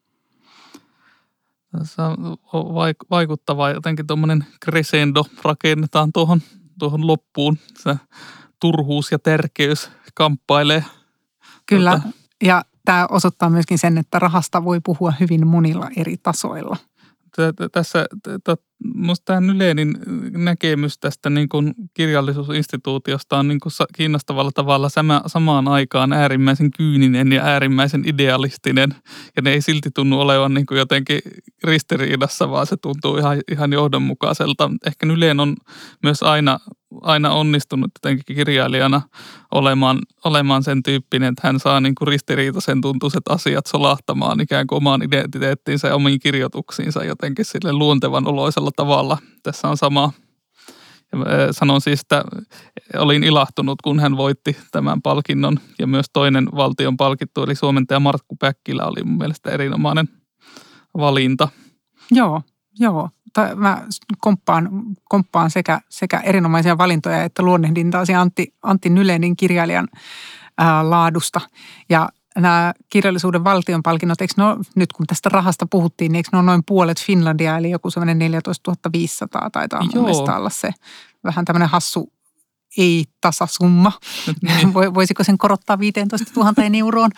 Speaker 1: Tässä on vaikuttava jotenkin tuommoinen crescendo rakennetaan tuohon loppuun. Se turhuus ja tärkeys kamppailee.
Speaker 2: Kyllä, ja tämä osoittaa myöskin sen, että rahasta voi puhua hyvin monilla eri tasoilla.
Speaker 1: Tässä minusta tämä Nylenin näkemys tästä niin kuin kirjallisuusinstituutiosta on niin kuin kiinnostavalla tavalla samaan aikaan äärimmäisen kyyninen ja äärimmäisen idealistinen. Ja ne ei silti tunnu olevan niin kuin jotenkin ristiriidassa, vaan se tuntuu ihan johdonmukaiselta. Ehkä Nylen on myös aina onnistunut jotenkin kirjailijana olemaan sen tyyppinen, että hän saa niin kuin ristiriitaisen tuntuiset asiat solahtamaan ikään kuin omaan identiteettiinsä ja omiin kirjoituksiinsa jotenkin sille luontevan oloisella tavalla. Tässä on sama. Sanon siis, että olin ilahtunut, kun hän voitti tämän palkinnon ja myös toinen valtion palkittu, eli suomentaja Markku Päkkilä oli mun mielestä erinomainen valinta.
Speaker 2: Joo. Mä komppaan sekä erinomaisia valintoja että luonnehdintaasi Antti Nylenin kirjailijan laadusta. Ja nämä kirjallisuuden valtionpalkinnot, eikö nyt kun tästä rahasta puhuttiin, niin eikö ne ole noin puolet Finlandia, eli joku sellainen 14 500 taitaa mun mielestä olla se vähän tämmöinen hassu ei-tasasumma. Voisiko sen korottaa 15 000 euroon,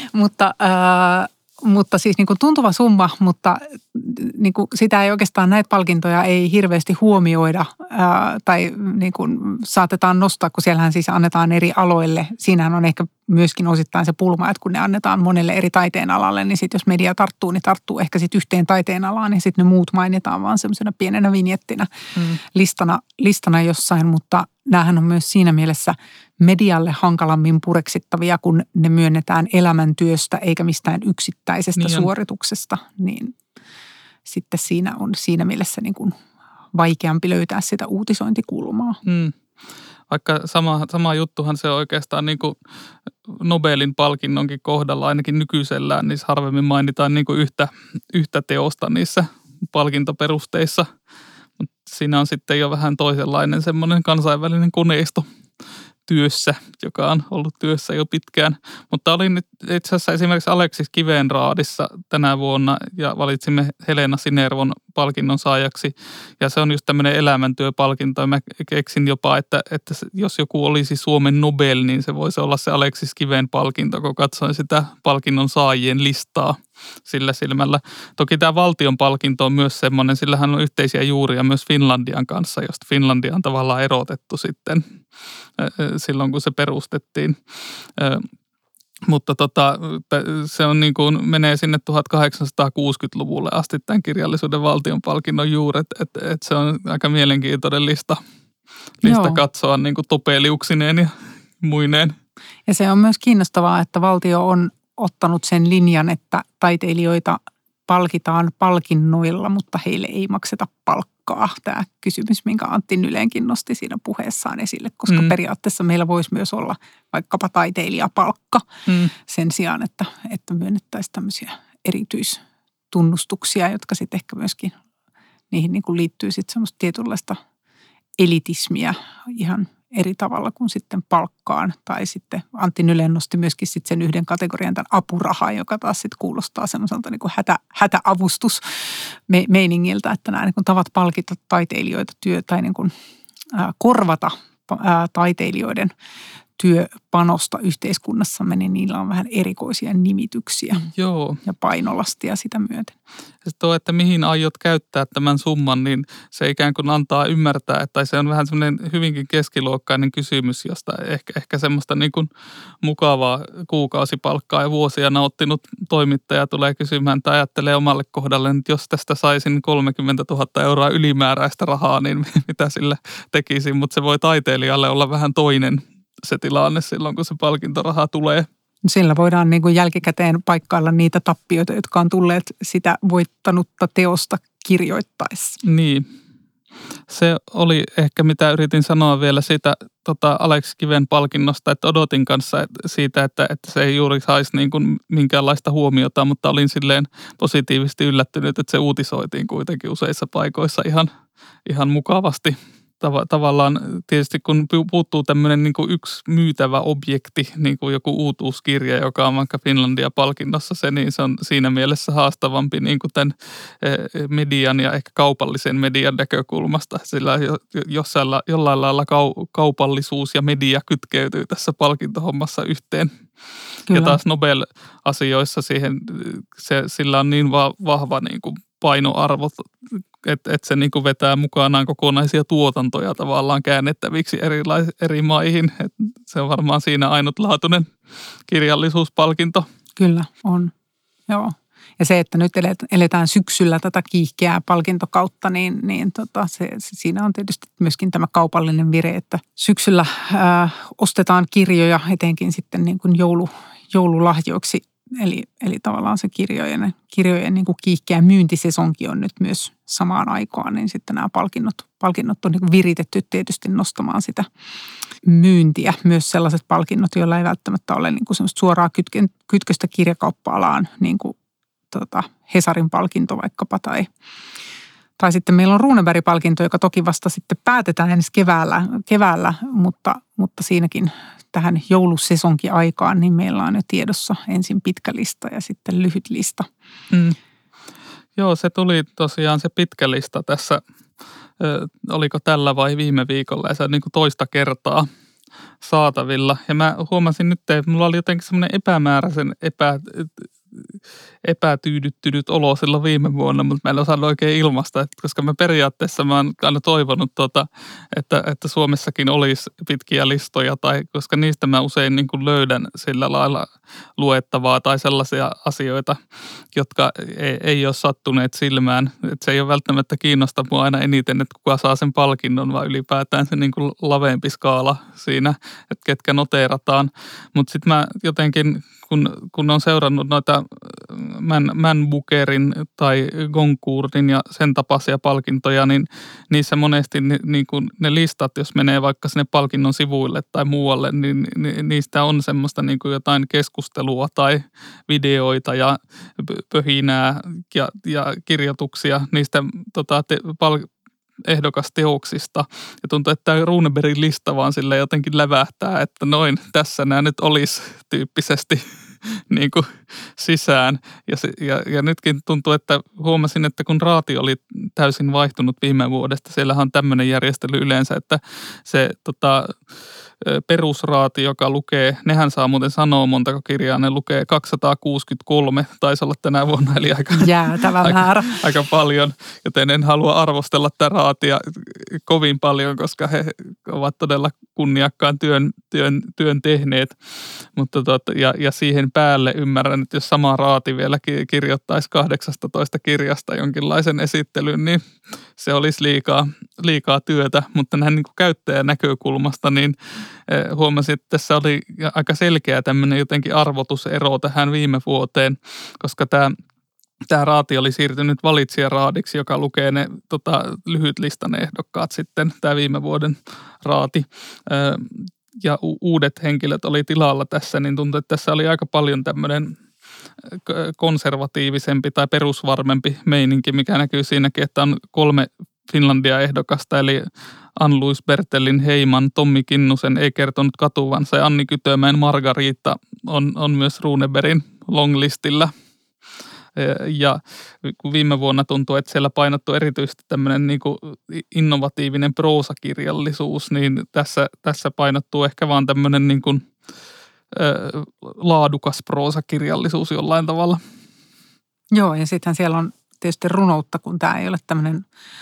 Speaker 2: mutta siis niin kuin tuntuva summa, mutta niin kuin sitä ei oikeastaan näitä palkintoja ei hirveästi huomioida tai niin kuin saatetaan nostaa, kun siellähän siis annetaan eri aloille. Siinähän on ehkä myöskin osittain se pulma, että kun ne annetaan monelle eri taiteen alalle, niin sitten jos media tarttuu, niin tarttuu ehkä sitten yhteen taiteen alaan ja sitten ne muut mainitaan vaan semmoisena pienenä vinjettinä listana jossain, mutta näähän on myös siinä mielessä medialle hankalammin pureksittavia, kun ne myönnetään elämäntyöstä eikä mistään yksittäisestä suorituksesta, niin sitten siinä mielessä niin kuin vaikeampi löytää sitä uutisointikulmaa.
Speaker 1: Vaikka sama juttuhan se on oikeastaan niin kuin Nobelin palkinnonkin kohdalla ainakin nykyisellään, niin harvemmin mainitaan niin kuin yhtä teosta niissä palkintoperusteissa. Mutta siinä on sitten jo vähän toisenlainen semmoinen kansainvälinen koneisto työssä, joka on ollut työssä jo pitkään. Mutta olin nyt itse asiassa esimerkiksi Aleksis Kivenraadissa tänä vuonna ja valitsimme Helena Sinervon palkinnon saajaksi. Ja se on just tämmöinen elämäntyöpalkinto. Ja mä keksin jopa, että jos joku olisi Suomen Nobel, niin se voisi olla se Aleksis Kiven palkinto, kun katsoin sitä palkinnon saajien listaa sillä silmällä. Toki tämä valtion palkinto on myös semmoinen, sillähän on yhteisiä juuria myös Finlandian kanssa, josta Finlandia on tavallaan erotettu sitten silloin, kun se perustettiin. Mutta se on niin kuin, menee sinne 1860-luvulle asti tämän kirjallisuuden valtionpalkinnon juuret, että se on aika mielenkiintoinen lista katsoa niin kuin Topeliuksineen ja muineen.
Speaker 2: Ja se on myös kiinnostavaa, että valtio on ottanut sen linjan, että taiteilijoita palkitaan palkinnoilla, mutta heille ei makseta palkkaa. Tämä kysymys, minkä Antti Nyleenkin nosti siinä puheessaan esille, koska periaatteessa meillä voisi myös olla vaikkapa taiteilijapalkka sen sijaan, että myönnettäisiin tämmöisiä erityistunnustuksia, jotka sitten ehkä myöskin niihin niin kuin liittyy sitten semmoista tietynlaista elitismiä ihan eri tavalla kuin sitten palkkaan. Tai sitten Antti Nylen nosti myöskin sitten sen yhden kategorian tämän apurahaa, joka taas sitten kuulostaa semmoiselta niin kuin hätäavustusmeiningiltä, että nämä niin kuin tavat palkita taiteilijoita tai niin kuin korvata taiteilijoiden työpanosta yhteiskunnassamme, niin niillä on vähän erikoisia nimityksiä.
Speaker 1: Joo.
Speaker 2: Ja painolastia sitä myöten.
Speaker 1: Ja tuo, että mihin aiot käyttää tämän summan, niin se ikään kuin antaa ymmärtää, että se on vähän semmoinen hyvinkin keskiluokkainen kysymys, josta ehkä semmoista niin kuin mukavaa kuukausipalkkaa ja vuosia nauttinut toimittaja tulee kysymään tai ajattelee omalle kohdalle, että jos tästä saisin 30 000 euroa ylimääräistä rahaa, niin mitä sillä tekisin, mutta se voi taiteilijalle olla vähän toinen se tilanne silloin, kun se palkintoraha tulee.
Speaker 2: Sillä voidaan niin kuin jälkikäteen paikkailla niitä tappioita, jotka on tulleet sitä voittanutta teosta kirjoittaessa.
Speaker 1: Niin. Se oli ehkä mitä yritin sanoa vielä siitä Aleksis Kiven palkinnosta, että odotin kanssa siitä, että se ei juuri saisi niin kuin minkäänlaista huomiota, mutta olin silleen positiivisesti yllättynyt, että se uutisoitiin kuitenkin useissa paikoissa ihan mukavasti. Tavallaan tietysti kun puuttuu tämmöinen niin kuin yksi myytävä objekti, niin kuin joku uutuuskirja, joka on vaikka Finlandia-palkinnossa niin se on siinä mielessä haastavampi niin kuin tämän median ja ehkä kaupallisen median näkökulmasta. Sillä jollain lailla kaupallisuus ja media kytkeytyy tässä palkintohommassa yhteen. Kyllä. Ja taas Nobel-asioissa sillä on niin vahva niin kuin painoarvot, että se niin kuin vetää mukanaan kokonaisia tuotantoja tavallaan käännettäviksi eri maihin. Et se on varmaan siinä ainutlaatuinen kirjallisuuspalkinto.
Speaker 2: Kyllä on, joo. Ja se, että nyt eletään syksyllä tätä kiihkeää palkintokautta, niin siinä on tietysti myöskin tämä kaupallinen vire, että syksyllä ostetaan kirjoja etenkin sitten niin kuin joululahjoiksi. Eli tavallaan se kirjojen niin kuin kiihkeä myyntisesonki on nyt myös samaan aikaan, niin sitten nämä palkinnot on niin kuin viritetty tietysti nostamaan sitä myyntiä. Myös sellaiset palkinnot, joilla ei välttämättä ole niin kuin semmoista suoraa kytköstä kirjakauppa-alaan, niin kuin Hesarin palkinto vaikkapa Tai sitten meillä on Runeberg-palkinto, joka toki vasta sitten päätetään ensi keväällä mutta siinäkin tähän joulusesonkin aikaan, niin meillä on jo tiedossa ensin pitkä lista ja sitten lyhyt lista.
Speaker 1: Joo, se tuli tosiaan se pitkä lista tässä, oliko tällä vai viime viikolla, ja se on niin kuin toista kertaa saatavilla. Ja mä huomasin nyt, että mulla oli jotenkin semmoinen epämääräisen epätyydyttynyt olo silloin viime vuonna, mutta mä en osannut oikein ilmaista, koska mä oon aina toivonut, että Suomessakin olisi pitkiä listoja, koska niistä mä usein niin kuin löydän sillä lailla luettavaa tai sellaisia asioita, jotka ei ole sattuneet silmään. Että se ei ole välttämättä kiinnosta mua aina eniten, että kuka saa sen palkinnon, vaan ylipäätään se niin kuin laveampi skaala siinä, että ketkä noteerataan. Mutta sitten mä jotenkin, kun on seurannut noita Man Bookerin tai Goncourtin ja sen tapaisia palkintoja, niin niissä monesti niin kun ne listat, jos menee vaikka sinne palkinnon sivuille tai muualle, niin niistä on semmoista niin kuin jotain keskustelua tai videoita ja pöhinää ja kirjoituksia niistä ehdokasteoksista. Ja tuntuu, että tämä Runebergin lista vaan sille jotenkin lävähtää, että noin, tässä nämä nyt olisi tyyppisesti niin kuin sisään. Ja nytkin tuntuu, että huomasin, että kun raati oli täysin vaihtunut viime vuodesta, siellähän on tämmöinen järjestely yleensä, että se perusraati, joka lukee, nehän saa muuten sanoa montako kirjaa, ne lukee 263, taisi olla tänä vuonna, eli aika paljon, joten en halua arvostella tätä raatia kovin paljon, koska he ovat todella kunniakkaan työn tehneet, mutta ja siihen päälle ymmärrän, että jos sama raati vielä kirjoittaisi 18 kirjasta jonkinlaisen esittelyn, niin se olisi liikaa työtä, mutta näin niin kuin käyttäjän näkökulmasta, niin huomasin, että tässä oli aika selkeä tämmöinen jotenkin arvotusero tähän viime vuoteen, koska tämä raati oli siirtynyt valitsijaraadiksi, joka lukee ne lyhyt listan ehdokkaat sitten, tämä viime vuoden raati. Ja uudet henkilöt oli tilalla tässä, niin tuntui, että tässä oli aika paljon tämmöinen konservatiivisempi tai perusvarmempi meininki, mikä näkyy siinäkin, että on 3 Finlandia-ehdokasta, eli Ann-Louise Bertelin Heiman, Tommi Kinnusen Ei kertonut katuvansa ja Anni Kytömäen Margariitta on myös Runebergin longlistillä. Ja kun viime vuonna tuntuu, että siellä painottuu erityisesti tämmöinen niin kuin innovatiivinen proosakirjallisuus, niin tässä painottuu ehkä vaan tämmöinen niin kuin laadukas proosakirjallisuus jollain tavalla.
Speaker 2: Joo, ja sittenhän siellä on tietysti runoutta, kun tämä ei ole tämmöinen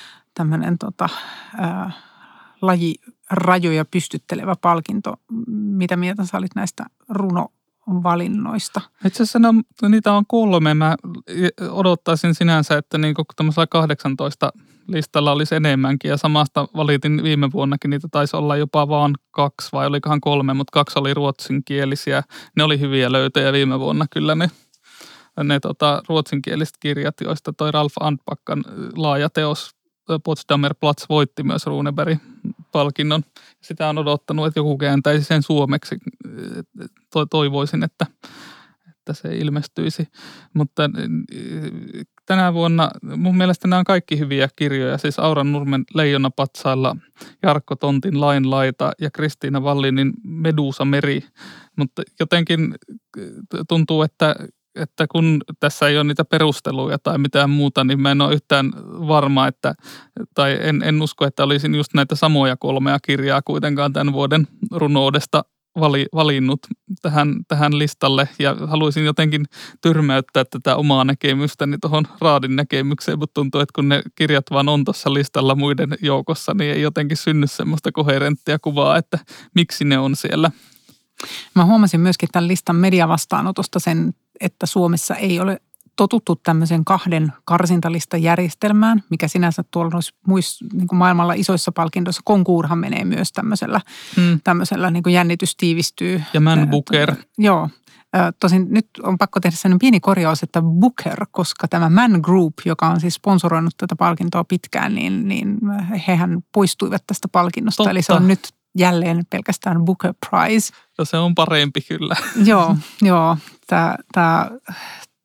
Speaker 2: lajirajoja pystyttelevä palkinto. Mitä mieltä sä olit näistä runovalinnoista?
Speaker 1: Itse asiassa niitä on 3. Mä odottaisin sinänsä, että niin tämmöisellä 18 listalla olisi enemmänkin ja samasta valitin viime vuonnakin, niitä taisi olla jopa vaan 2 vai olikohan 3, mutta 2 oli ruotsinkielisiä. Ne oli hyviä löytöjä viime vuonna kyllä ne ruotsinkieliset kirjat, joista toi Ralf Antbackan laaja teos Potsdamer Platz voitti myös Runebergin palkinnon. Sitä on odottanut, että joku kääntäisi sen suomeksi. Toivoisin, että se ilmestyisi. Mutta tänä vuonna mun mielestä nämä on kaikki hyviä kirjoja. Siis Auran Nurmen Leijonapatsailla, Jarkko Tontin Lainlaita ja Kristiina Vallinin Medusa Meri. Mutta jotenkin tuntuu, että kun tässä ei ole niitä perusteluja tai mitään muuta, niin mä en ole yhtään varma, tai en usko, että olisin just näitä samoja 3 kirjaa kuitenkaan tämän vuoden runoudesta valinnut tähän listalle. Ja haluaisin jotenkin tyrmäyttää tätä omaa näkemystäni tuohon raadin näkemykseen, mutta tuntuu, että kun ne kirjat vaan on tuossa listalla muiden joukossa, niin ei jotenkin synny semmoista koherenttia kuvaa, että miksi ne on siellä.
Speaker 2: Mä huomasin myöskin tämän listan mediavastaanotosta sen, että Suomessa ei ole totuttu tämmöisen 2 karsintalistajärjestelmään, mikä sinänsä tuolla muissa niin kuin maailmalla isoissa palkintoissa. Goncourthan menee myös tämmöisellä niin kuin jännitys tiivistyy.
Speaker 1: Ja Man Booker.
Speaker 2: Joo. Tosin nyt on pakko tehdä sellainen pieni korjaus, että Booker, koska tämä Man Group, joka on siis sponsoroinut tätä palkintoa pitkään, niin hehän poistuivat tästä palkinnosta.
Speaker 1: Totta.
Speaker 2: Eli se on nyt jälleen pelkästään Booker Prize.
Speaker 1: No se on parempi kyllä.
Speaker 2: Joo.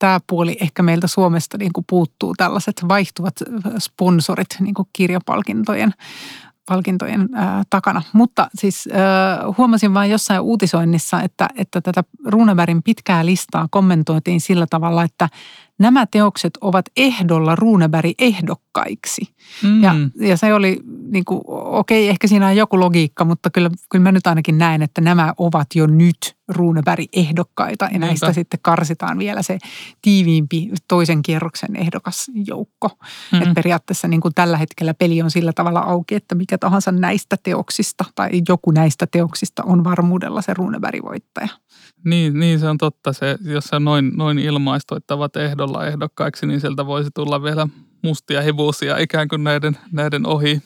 Speaker 2: tämä puoli ehkä meiltä Suomesta niin kuin puuttuu, tällaiset vaihtuvat sponsorit niin kuin kirjapalkintojen takana. Mutta siis huomasin vain jossain uutisoinnissa, että tätä Runebergin pitkää listaa kommentoitiin sillä tavalla, että nämä teokset ovat ehdolla Runeberg-ehdokkaiksi. Ja se oli niin kuin, okei, ehkä siinä on joku logiikka, mutta kyllä mä nyt ainakin näen, että nämä ovat jo nyt Runeberg-ehdokkaita ja näistä sitten karsitaan vielä se tiiviimpi toisen kierroksen ehdokasjoukko. Että periaatteessa niin kuin tällä hetkellä peli on sillä tavalla auki, että mikä tahansa näistä teoksista tai joku näistä teoksista on varmuudella se Runeberg-voittaja.
Speaker 1: Niin se on totta. Se, jos se on noin ilmaistu, että ovat ehdolla ehdokkaiksi, niin sieltä voisi tulla vielä mustia hevosia ikään kuin näiden ohi.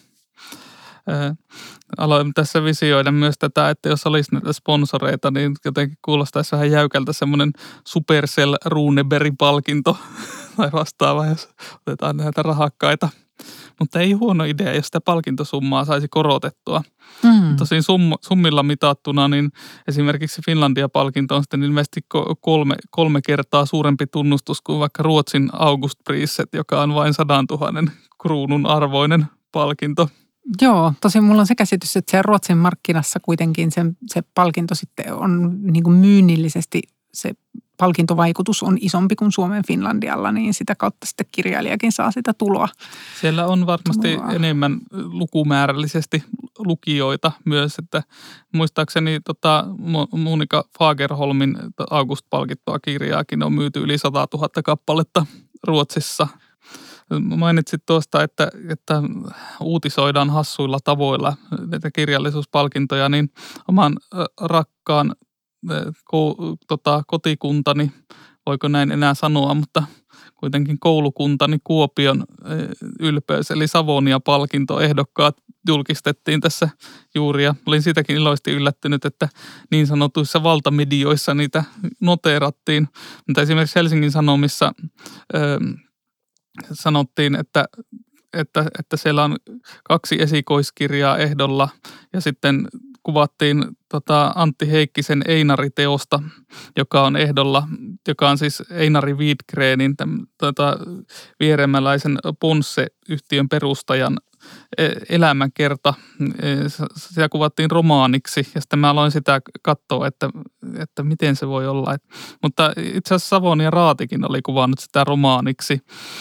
Speaker 1: Aloin tässä visioida myös tätä, että jos olisi näitä sponsoreita, niin jotenkin kuulostaisi vähän jäykältä semmoinen Supercell Runeberg-palkinto tai vastaava, jos otetaan näitä rahakkaita. Mutta ei huono idea, jos sitä palkintosummaa saisi korotettua. Tosin summilla mitattuna, niin esimerkiksi Finlandia-palkinto on sitten ilmeisesti kolme kertaa suurempi tunnustus kuin vaikka Ruotsin Augustpriset, joka on vain 100 000 kruunun arvoinen palkinto.
Speaker 2: Joo, tosin mulla on se käsitys, että siellä Ruotsin markkinassa kuitenkin se palkinto sitten on niin kuin myynnillisesti se palkintovaikutus on isompi kuin Suomen Finlandialla, niin sitä kautta sitten kirjailijakin saa sitä tuloa.
Speaker 1: Siellä on varmasti enemmän lukumäärällisesti lukijoita myös, että muistaakseni Monika Fagerholmin August-palkittua kirjaakin on myyty yli 100 000 kappaletta Ruotsissa. Mainitsit tuosta, että uutisoidaan hassuilla tavoilla näitä kirjallisuuspalkintoja, niin oman rakkaan kotikuntani, voiko näin enää sanoa, mutta kuitenkin koulukuntani Kuopion ylpeys, eli Savonia-palkintoehdokkaat julkistettiin tässä juuri, ja olin siitäkin iloisesti yllättynyt, että niin sanotuissa valtamedioissa niitä noteerattiin, mutta esimerkiksi Helsingin Sanomissa sanottiin, että siellä on 2 esikoiskirjaa ehdolla, ja sitten kuvattiin Antti Heikkisen Einari-teosta, joka on ehdolla, joka on siis Einari Widgrenin, vieremäläisen Ponsse-yhtiön perustajan elämänkerta. Sitä kuvattiin romaaniksi ja sitten mä aloin sitä katsoa, että miten se voi olla. Mutta itse asiassa Savonia Raatikin oli kuvannut sitä romaaniksi.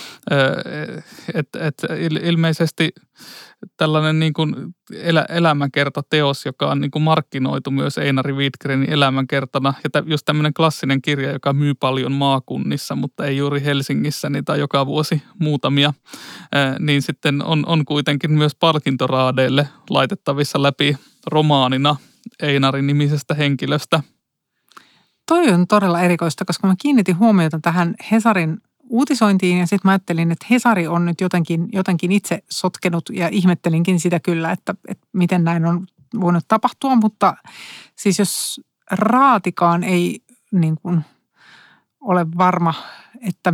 Speaker 1: Ilmeisesti tällainen niin kuin elämänkertateos, joka on niin kuin markkinoitu myös Einari Widgrenin elämänkertana. Ja just tämmöinen klassinen kirja, joka myy paljon maakunnissa, mutta ei juuri Helsingissä, niitä joka vuosi muutamia. Niin sitten on kuitenkin myös palkintoraadeille laitettavissa läpi romaanina Einarin nimisestä henkilöstä.
Speaker 2: Toi on todella erikoista, koska mä kiinnitin huomiota tähän Hesarin uutisointiin ja sitten mä ajattelin, että Hesari on nyt jotenkin itse sotkenut ja ihmettelinkin sitä kyllä, että miten näin on voinut tapahtua, mutta siis jos Raatikaan ei niin kuin ole varma, että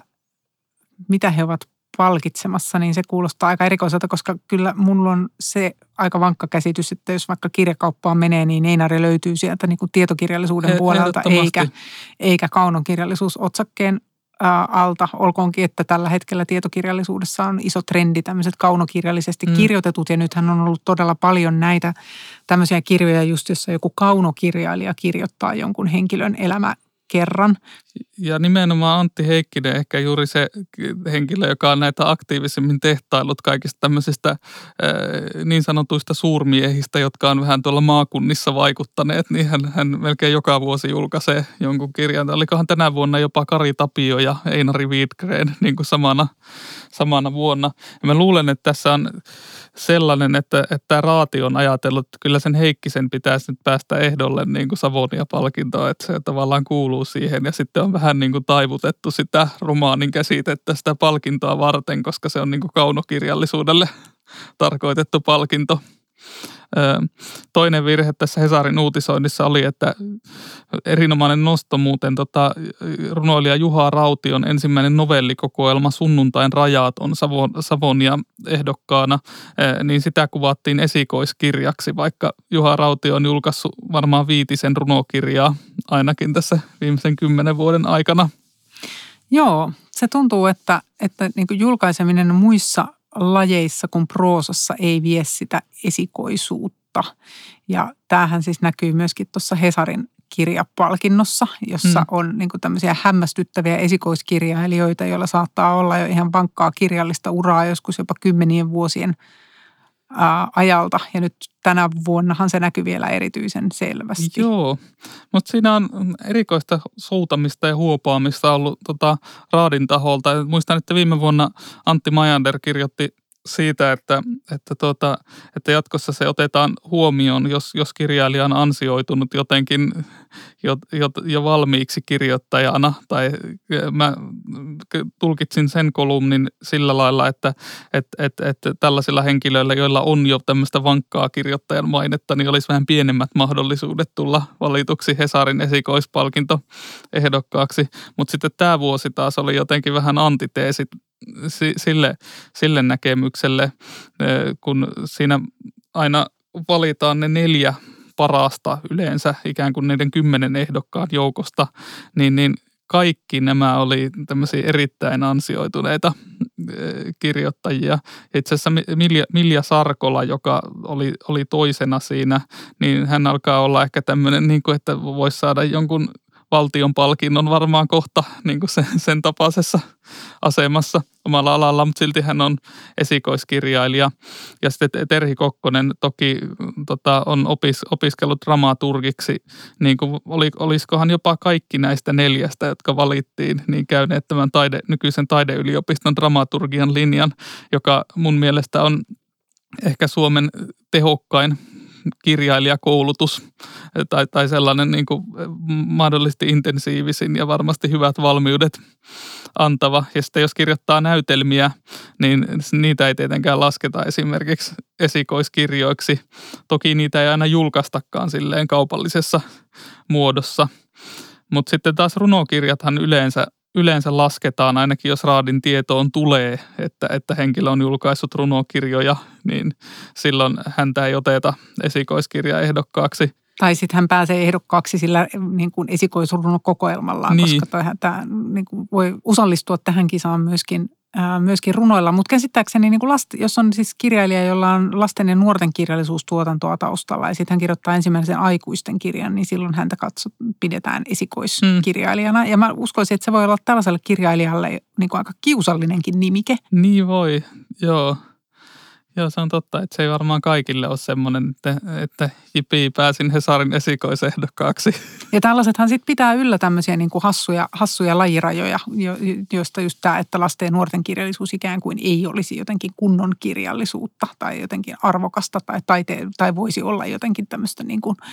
Speaker 2: mitä he ovat palkitsemassa, niin se kuulostaa aika erikoiselta, koska kyllä mulla on se aika vankka käsitys, että jos vaikka kirjakauppaan menee, niin Einari löytyy sieltä niin kuin tietokirjallisuuden puolelta eikä kaunokirjallisuusotsakkeen alta. Olkoonkin, että tällä hetkellä tietokirjallisuudessa on iso trendi tämmöiset kaunokirjallisesti kirjoitetut ja nythän on ollut todella paljon näitä tämmöisiä kirjoja just, jossa joku kaunokirjailija kirjoittaa jonkun henkilön elämä kerran.
Speaker 1: Ja nimenomaan Antti Heikkinen ehkä juuri se henkilö, joka on näitä aktiivisemmin tehtailut kaikista tämmöisistä niin sanotuista suurmiehistä, jotka on vähän tuolla maakunnissa vaikuttaneet, niin hän melkein joka vuosi julkaisee jonkun kirjan. Olikohan tänä vuonna jopa Kari Tapio ja Einari Widgren niin kuin samana vuonna. Ja mä luulen, että tässä on sellainen, että Raati on ajatellut, että kyllä sen Heikkisen pitäisi nyt päästä ehdolle niin kuin Savonia-palkintoa, että se tavallaan kuuluu siihen ja sitten on vähän niin kuin taivutettu sitä romaanin käsitettä sitä palkintoa varten, koska se on niin kuin kaunokirjallisuudelle tarkoitettu palkinto. Toinen virhe tässä Hesarin uutisoinnissa oli, että erinomainen nosto muuten runoilija Juha Raution ensimmäinen novellikokoelma Sunnuntain rajat on Savonia ehdokkaana, niin sitä kuvattiin esikoiskirjaksi, vaikka Juha Rautio on julkaissut varmaan 5 runokirjaa ainakin tässä viimeisen 10 vuoden aikana.
Speaker 2: Joo, se tuntuu, että niin kuin julkaiseminen muissa lajeissa kuin proosassa ei vie sitä esikoisuutta. Ja tämähän siis näkyy myöskin tuossa Hesarin kirjapalkinnossa, jossa on niin kuin tämmöisiä hämmästyttäviä esikoiskirjailijoita, joilla saattaa olla jo ihan vankkaa kirjallista uraa joskus jopa 10 vuosien ajalta. Ja nyt tänä vuonnahan se näkyy vielä erityisen selvästi.
Speaker 1: Joo, mutta siinä on erikoista soutamista ja huopaamista ollut Raadin taholta. Muistan, että viime vuonna Antti Majander kirjoitti siitä, että jatkossa se otetaan huomioon, jos kirjailija on ansioitunut jotenkin jo valmiiksi kirjoittajana. Tai mä tulkitsin sen kolumnin sillä lailla, että tällaisilla henkilöillä, joilla on jo tämmöistä vankkaa kirjoittajan mainetta, niin olisi vähän pienemmät mahdollisuudet tulla valituksi Hesarin esikoispalkintoehdokkaaksi. Mutta sitten tämä vuosi taas oli jotenkin vähän antiteesit sille näkemykselle, kun siinä aina valitaan ne 4 parasta yleensä ikään kuin niiden 10 ehdokkaan joukosta, niin kaikki nämä oli tämmöisiä erittäin ansioituneita kirjoittajia. Itse asiassa Milja Sarkola, joka oli toisena siinä, niin hän alkaa olla ehkä tämmöinen, niin kuin, että voisi saada jonkun valtion palkinnon varmaan kohta niin kuin sen tapaisessa asemassa omalla alalla, mutta silti hän on esikoiskirjailija. Ja sitten Terhi Kokkonen toki on opiskellut dramaturgiksi, niin kuin olisikohan jopa kaikki näistä 4, jotka valittiin, niin käyneet tämän nykyisen taideyliopiston dramaturgian linjan, joka mun mielestä on ehkä Suomen tehokkain kirjailijakoulutus tai sellainen niin kuin mahdollisesti intensiivisin ja varmasti hyvät valmiudet antava. Ja sitten jos kirjoittaa näytelmiä, niin niitä ei tietenkään lasketa esimerkiksi esikoiskirjoiksi. Toki niitä ei aina julkaistakaan silleen kaupallisessa muodossa. Mutta sitten taas runokirjathan yleensä lasketaan, ainakin jos Raadin tietoon tulee, että henkilö on julkaissut runokirjoja, niin silloin häntä ei oteta esikoiskirjaehdokkaaksi.
Speaker 2: Tai sitten hän pääsee ehdokkaaksi sillä niin kuin esikoisrunokokoelmallaan, koska tämä niin kuin voi osallistua tähän kisaan myöskin runoilla. Mutta käsittääkseni, niin kuin jos on siis kirjailija, jolla on lasten ja nuorten kirjallisuustuotantoa taustalla ja sitten hän kirjoittaa ensimmäisen aikuisten kirjan, niin silloin häntä pidetään esikoiskirjailijana. Ja mä uskoisin, että se voi olla tällaiselle kirjailijalle niin kuin aika kiusallinenkin nimike.
Speaker 1: Niin voi, joo. Joo, se on totta, että se ei varmaan kaikille ole semmoinen, että jipii, pääsin Hesarin esikoisehdokkaaksi.
Speaker 2: Ja tällaisethan sitten pitää yllä tämmöisiä niin kuin hassuja lajirajoja, joista just tämä, että lasten ja nuorten kirjallisuus ikään kuin ei olisi jotenkin kunnon kirjallisuutta tai jotenkin arvokasta tai voisi olla jotenkin tämmöistä niin kuin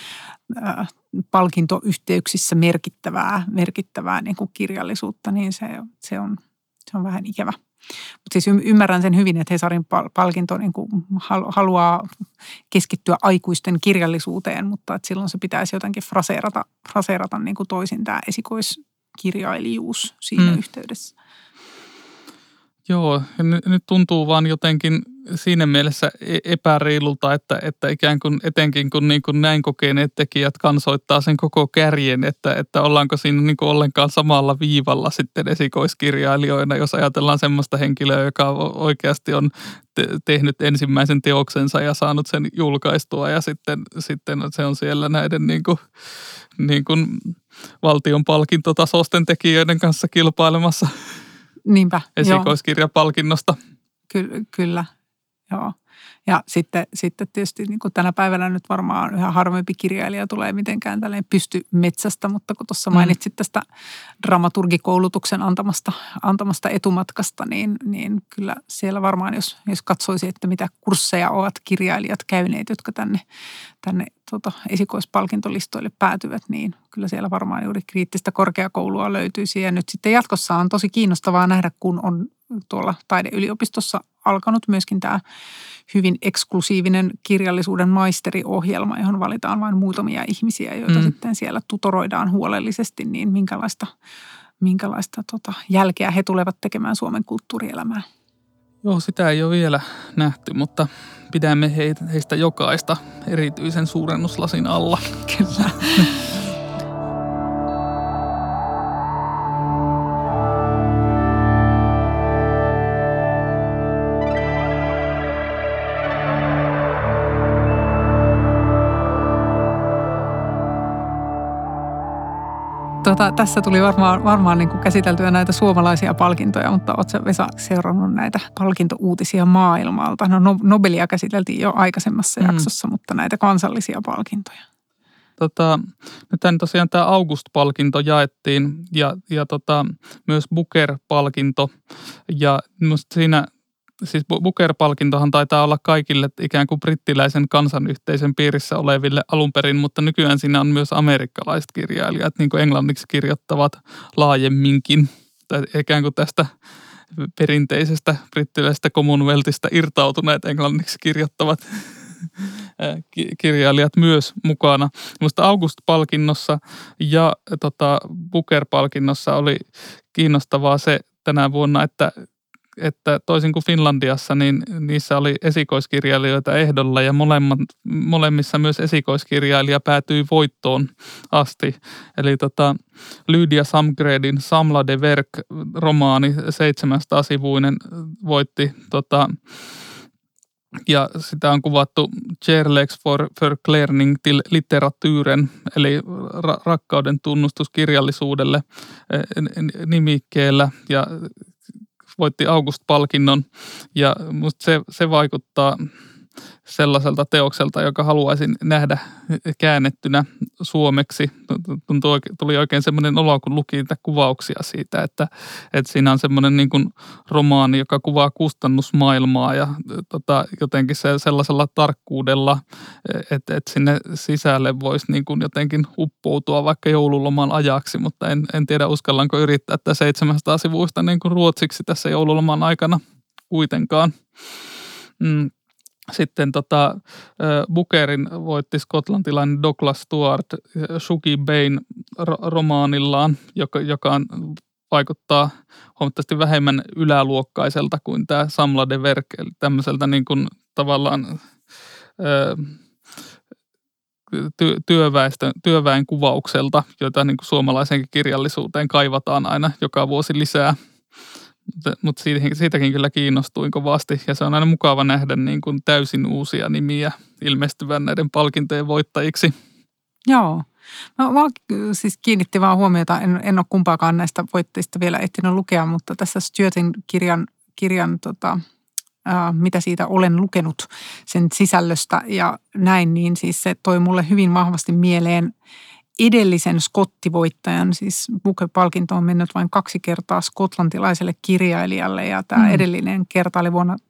Speaker 2: palkintoyhteyksissä merkittävää niin kuin kirjallisuutta, niin se on vähän ikävä. Mutta siis ymmärrän sen hyvin, että Hesarin palkinto niin kuin haluaa keskittyä aikuisten kirjallisuuteen, mutta että silloin se pitäisi jotenkin fraseerata niin kuin toisin tämä esikoiskirjailijuus siinä yhteydessä.
Speaker 1: Joo, ja nyt tuntuu vaan jotenkin siinä mielessä epäreilulta, että ikään kuin etenkin kun niin kuin näin kokeneet tekijät kansoittaa sen koko kärjen, että ollaanko siinä niin kuin ollenkaan samalla viivalla sitten esikoiskirjailijoina, jos ajatellaan semmoista henkilöä, joka oikeasti on tehnyt ensimmäisen teoksensa ja saanut sen julkaistua ja sitten se on siellä näiden niin kuin valtion palkintotasoisten tekijöiden kanssa kilpailemassa.
Speaker 2: Niinpä,
Speaker 1: esikoiskirjapalkinnosta.
Speaker 2: Kyllä, joo. Ja sitten tietysti niin kuin tänä päivänä nyt varmaan yhä harvempi kirjailija tulee mitenkään tälleen pystymetsästä, mutta kun tuossa mainitsit tästä dramaturgikoulutuksen antamasta etumatkasta, niin kyllä siellä varmaan, jos katsoisi, että mitä kursseja ovat kirjailijat käyneet, jotka tänne esikoispalkintolistoille päätyvät, niin kyllä siellä varmaan juuri kriittistä korkeakoulua löytyisi. Ja nyt sitten jatkossa on tosi kiinnostavaa nähdä, kun on tuolla taideyliopistossa alkanut myöskin tämä hyvin eksklusiivinen kirjallisuuden maisteriohjelma, johon valitaan vain muutamia ihmisiä, joita sitten siellä tutoroidaan huolellisesti, niin minkälaista jälkeä he tulevat tekemään Suomen kulttuurielämään.
Speaker 1: Joo, sitä ei ole vielä nähty, mutta pidämme heistä jokaista erityisen suurennuslasin alla.
Speaker 2: Kyllä. Tässä tuli varmaan niin kuin käsiteltyä näitä suomalaisia palkintoja, mutta ootko Vesa seurannut näitä palkintouutisia maailmalta? No Nobelia käsiteltiin jo aikaisemmassa jaksossa, mutta näitä kansallisia palkintoja.
Speaker 1: Nyt tosiaan tämä August-palkinto jaettiin ja myös Booker-palkinto ja minusta siinä siis Booker-palkintohan taitaa olla kaikille ikään kuin brittiläisen kansanyhteisön piirissä oleville alun perin, mutta nykyään siinä on myös amerikkalaiset kirjailijat, niin kuin englanniksi kirjoittavat laajemminkin, tai ikään kuin tästä perinteisestä brittiläisestä Commonwealthista irtautuneet englanniksi kirjoittavat kirjailijat myös mukana. Minusta August-palkinnossa ja Booker-palkinnossa oli kiinnostavaa se tänä vuonna, että toisin kuin Finlandiassa, niin niissä oli esikoiskirjailijoita ehdolla ja molemmissa myös esikoiskirjailija päätyi voittoon asti. Eli Lydia Samgredin Samlade Verk-romaani 700-sivuinen voitti ja sitä on kuvattu Kärleks förklaring till litteraturen, eli rakkauden tunnustus kirjallisuudelle nimikkeellä ja voitti August-palkinnon ja musta se vaikuttaa sellaiselta teokselta, joka haluaisin nähdä käännettynä suomeksi. Tuli oikein semmoinen olo, kun luki niitä kuvauksia siitä, että siinä on semmoinen niin kuin romaani, joka kuvaa kustannusmaailmaa ja jotenkin sellaisella tarkkuudella, että sinne sisälle voisi niin kuin jotenkin uppoutua vaikka joululoman ajaksi, mutta en tiedä uskallanko yrittää tätä 700 sivuista niin kuin ruotsiksi tässä joululoman aikana kuitenkaan. Sitten Bookerin voitti skotlantilainen Douglas Stuart Shuki Bain romaanillaan, joka vaikuttaa huomattavasti vähemmän yläluokkaiselta kuin tämä Samlade Verk, eli tämmöiseltä niin kuin tavallaan työväen kuvaukselta, jota niin kuin suomalaisenkin kirjallisuuteen kaivataan aina joka vuosi lisää. Mutta siitäkin kyllä kiinnostuin kovasti ja se on aina mukava nähdä niin kuin täysin uusia nimiä ilmestyvän näiden palkintojen voittajiksi.
Speaker 2: Joo. No, mä siis kiinnitti vaan huomiota, en ole kumpaakaan näistä voittajista vielä ehtinyt lukea, mutta tässä Stuartin kirjan mitä siitä olen lukenut sen sisällöstä ja näin, niin siis se toi mulle hyvin vahvasti mieleen edellisen skottivoittajan, siis Booker-palkinto on mennyt vain 2 kertaa skotlantilaiselle kirjailijalle ja tämä edellinen kerta oli vuonna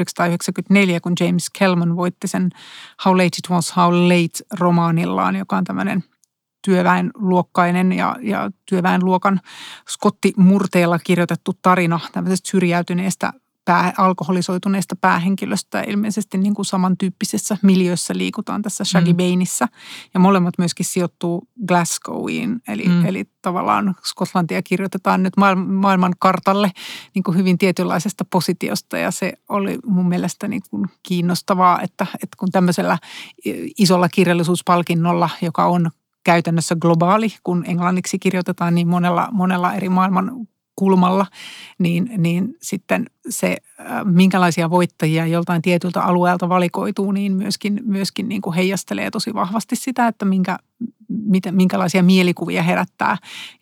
Speaker 2: 1994, kun James Kelman voitti sen How Late It Was, How Late romaanillaan, joka on tämmöinen työväenluokkainen ja työväenluokan skottimurteella kirjoitettu tarina tämmöisestä syrjäytyneestä alkoholisoituneesta päähenkilöstä. Ilmeisesti niin kuin samantyyppisessä miljöössä liikutaan tässä Shaggy Bainissa. Ja molemmat myöskin sijoittuu Glasgowiin. Eli tavallaan Skotlantia kirjoitetaan nyt maailman kartalle niin kuin hyvin tietynlaisesta positiosta. Ja se oli mun mielestä niin kuin kiinnostavaa, että kun tämmöisellä isolla kirjallisuuspalkinnolla, joka on käytännössä globaali, kun englanniksi kirjoitetaan niin monella eri maailman kulmalla, niin sitten se, minkälaisia voittajia joltain tietyltä alueelta valikoituu, niin myöskin niin kuin heijastelee tosi vahvasti sitä, että minkälaisia mielikuvia herättää.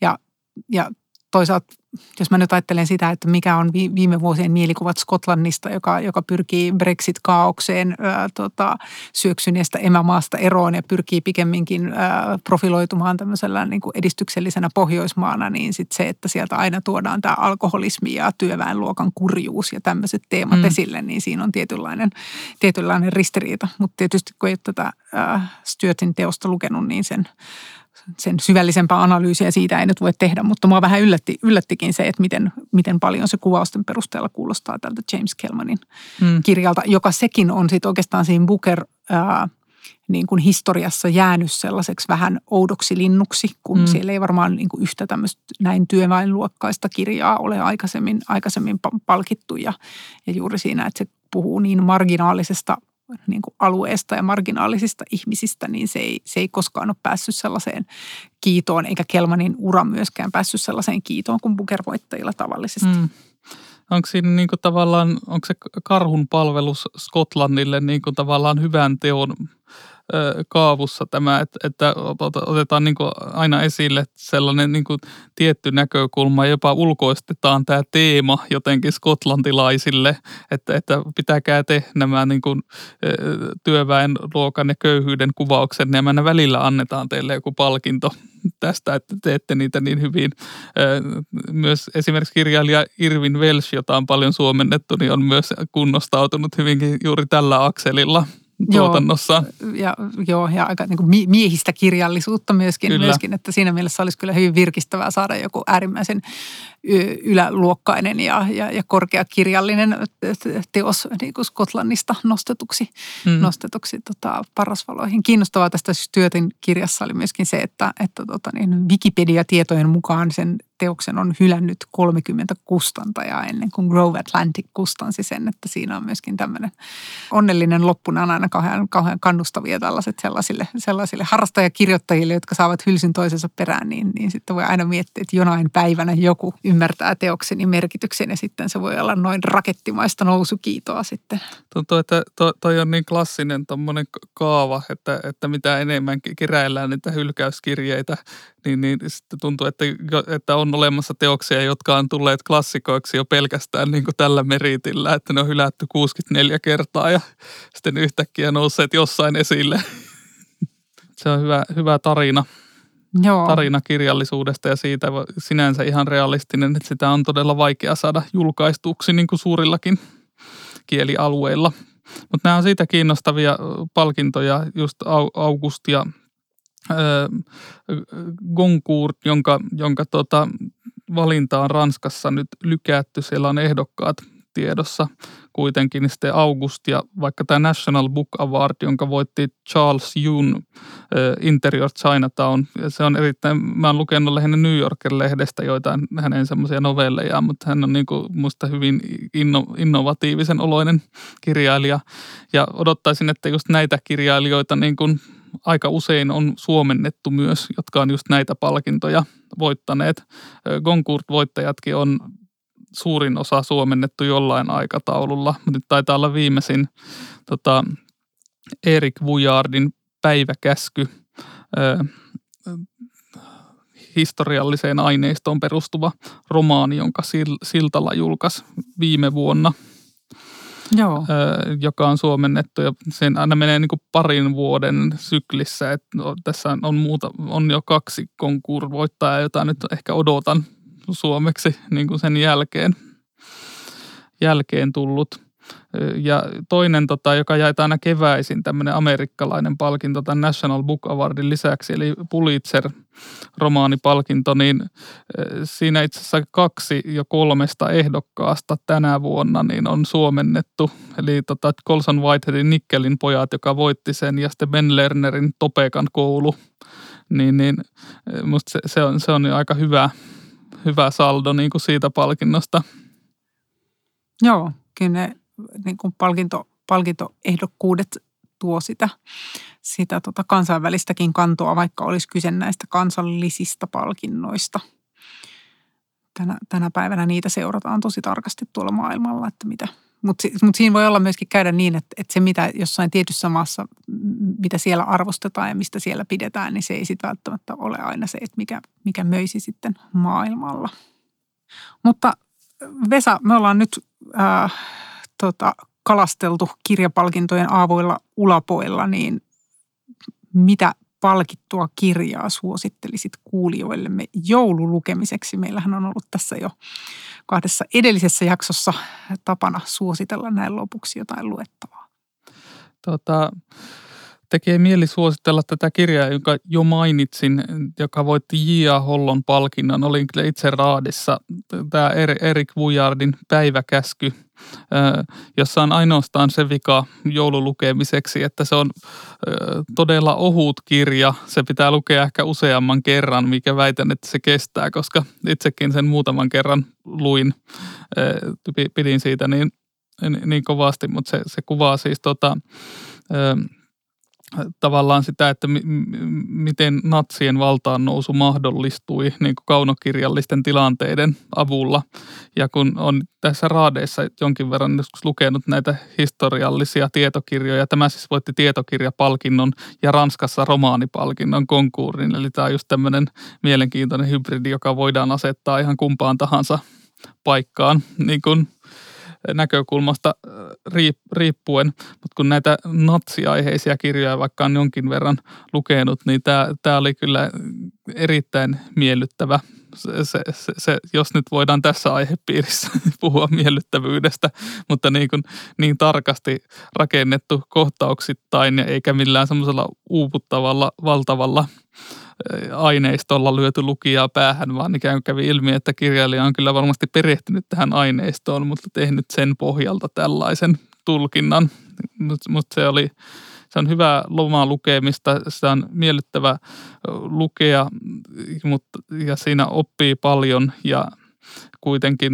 Speaker 2: Ja toisaalta, jos mä nyt ajattelen sitä, että mikä on viime vuosien mielikuvat Skotlannista, joka pyrkii Brexit-kaaukseen syöksyneestä emämaasta eroon ja pyrkii pikemminkin profiloitumaan tämmöisellä niin kuin edistyksellisenä Pohjoismaana, niin sitten se, että sieltä aina tuodaan tämä alkoholismi ja työväenluokan kurjuus ja tämmöiset teemat esille, niin siinä on tietynlainen ristiriita. Mutta tietysti kun ei ole tätä Stuartin teosta lukenut, niin sen syvällisempää analyysiä siitä ei nyt voi tehdä, mutta mua vähän yllättikin se, että miten paljon se kuvausten perusteella kuulostaa tältä James Kelmanin kirjalta, joka sekin on sitten oikeastaan siinä Booker niin kuin historiassa jäänyt sellaiseksi vähän oudoksi linnuksi, kun siellä ei varmaan niin kuin yhtä tämmöistä näin työväenluokkaista kirjaa ole aikaisemmin palkittu ja juuri siinä, että se puhuu niin marginaalisesta niin kuin alueesta ja marginaalisista ihmisistä, niin se ei koskaan ole päässyt sellaiseen kiitoon, eikä Kelmanin ura myöskään päässyt sellaiseen kiitoon kuin Booker-voittajilla tavallisesti.
Speaker 1: Onko siinä niin kuin tavallaan, onko se karhun palvelus Skotlannille niin kuin tavallaan hyvän teon kaavussa tämä, että otetaan niin kuin aina esille sellainen niin kuin tietty näkökulma, jopa ulkoistetaan tämä teema jotenkin skotlantilaisille, että pitäkää te nämä niin kuin työväenluokan ja köyhyyden kuvaukset, niin aina välillä annetaan teille joku palkinto tästä, että teette niitä niin hyvin. Myös esimerkiksi kirjailija Irvin Welsh, jota on paljon suomennettu, niin on myös kunnostautunut hyvinkin juuri tällä akselilla tuotannossa.
Speaker 2: Ja aika niin kuin miehistä kirjallisuutta myöskin, että siinä mielessä olisi kyllä hyvin virkistävää saada joku äärimmäisen yläluokkainen ja korkeakirjallinen teos niin kuin Skotlannista nostetuksi parasvaloihin. Kiinnostavaa tästä Stuartin kirjassa oli myöskin se, että Wikipedia-tietojen mukaan sen teoksen on hylännyt 30 kustantajaa ennen kuin Grove Atlantic kustansi sen, että siinä on myöskin tämmöinen onnellinen loppu. Nämä on aina kauhean kannustavia tällaiset sellaisille harrastajakirjoittajille, jotka saavat hylsyn toisensa perään, niin sitten voi aina miettiä, että jonain päivänä joku ymmärtää teokseni merkityksen ja sitten se voi olla noin rakettimaista nousukiitoa sitten.
Speaker 1: Tuntuu, että toi on niin klassinen tommoinen kaava, että mitä enemmän keräillään niitä hylkäyskirjeitä, niin sitten tuntuu, että on olemassa teoksia, jotka on tulleet klassikoiksi jo pelkästään niin kuin tällä meritillä, että ne on hylätty 64 kertaa ja sitten yhtäkkiä nousseet jossain esille. Se on hyvä tarina.
Speaker 2: Joo.
Speaker 1: Tarina kirjallisuudesta ja siitä sinänsä ihan realistinen, että sitä on todella vaikea saada julkaistuksi niin kuin suurillakin kielialueilla. Mutta nämä on siitä kiinnostavia palkintoja, just August ja Goncourt, jonka valinta on Ranskassa nyt lykätty. Siellä on ehdokkaat tiedossa kuitenkin sitten August ja vaikka tämä National Book Award, jonka voitti Charles Yun Interior Chinatown. Ja se on mä oon lukenut lähinnä New Yorker-lehdestä joitain hänen semmoisia novellejaan, mutta hän on niinku musta hyvin innovatiivisen oloinen kirjailija. Ja odottaisin, että just näitä kirjailijoita niin kuin aika usein on suomennettu myös, jotka on just näitä palkintoja voittaneet. Goncourt-voittajatkin on suurin osa suomennettu jollain aikataululla. Nyt taitaa olla viimeisin Erik Vuillardin Päiväkäsky, historialliseen aineistoon perustuva romaani, jonka Siltala julkaisi viime vuonna.
Speaker 2: Joo.
Speaker 1: Joka on suomennettu ja sen aina menee niin kuin parin vuoden syklissä. Että tässä on jo 2 Goncourt-voittajaa, jota nyt ehkä odotan suomeksi niin kuin sen jälkeen tullut. Ja toinen, joka jaetaan aina keväisin, tämmöinen amerikkalainen palkinto tämän National Book Awardin lisäksi, eli Pulitzer-romaanipalkinto, niin siinä itse asiassa 2 jo 3 ehdokkaasta tänä vuonna niin on suomennettu. Eli Colson Whiteheadin Nikkelin pojat, joka voitti sen, ja sitten Ben Lernerin Topekan koulu, niin musta se on jo aika hyvä saldo niin kuin siitä palkinnosta.
Speaker 2: Joo, kyllä ne niin kuin palkintoehdokkuudet tuo sitä kansainvälistäkin kantoa, vaikka olisi kyse näistä kansallisista palkinnoista. Tänä päivänä niitä seurataan tosi tarkasti tuolla maailmalla, että mitä. Mutta siinä voi olla myöskin käydä niin, että se mitä jossain tietyssä maassa, mitä siellä arvostetaan ja mistä siellä pidetään, niin se ei sitten välttämättä ole aina se, että mikä möisi sitten maailmalla. Mutta Vesa, me ollaan nyt kalasteltu kirjapalkintojen aavoilla ulapoilla, niin mitä palkittua kirjaa suosittelisit kuulijoillemme joululukemiseksi? Meillähän on ollut tässä jo 2 edellisessä jaksossa tapana suositella näin lopuksi jotain luettavaa.
Speaker 1: Tekee mieli suositella tätä kirjaa, jonka jo mainitsin, joka voitti J.A. Hollon palkinnon. Olin kyllä itse raadissa. Tämä Erik Vuillardin Päiväkäsky, jossa on ainoastaan se vika joululukemiseksi, että se on todella ohut kirja. Se pitää lukea ehkä useamman kerran, mikä väitän, että se kestää, koska itsekin sen muutaman kerran luin. Pidin siitä niin kovasti, mutta se kuvaa siis tavallaan sitä, että miten natsien valtaan nousu mahdollistui niin kuin kaunokirjallisten tilanteiden avulla. Ja kun on tässä raadeissa jonkin verran joskus lukenut näitä historiallisia tietokirjoja, tämä siis voitti tietokirjapalkinnon ja Ranskassa romaanipalkinnon konkuurin. Eli tämä on just tämmöinen mielenkiintoinen hybridi, joka voidaan asettaa ihan kumpaan tahansa paikkaan niin kuin näkökulmasta riippuen, mutta kun näitä natsiaiheisia kirjoja vaikka on jonkin verran lukenut, niin tämä oli kyllä erittäin miellyttävä. Jos nyt voidaan tässä aihepiirissä puhua miellyttävyydestä, mutta niin tarkasti rakennettu kohtauksittain ja eikä millään semmoisella uuvuttavalla, valtavalla aineistolla lyöty lukijaa päähän, vaan ikään kuin kävi ilmi, että kirjailija on kyllä varmasti perehtynyt tähän aineistoon, mutta tehnyt sen pohjalta tällaisen tulkinnan. Mutta se on hyvä lomaa lukemista, se on miellyttävä lukea ja siinä oppii paljon ja kuitenkin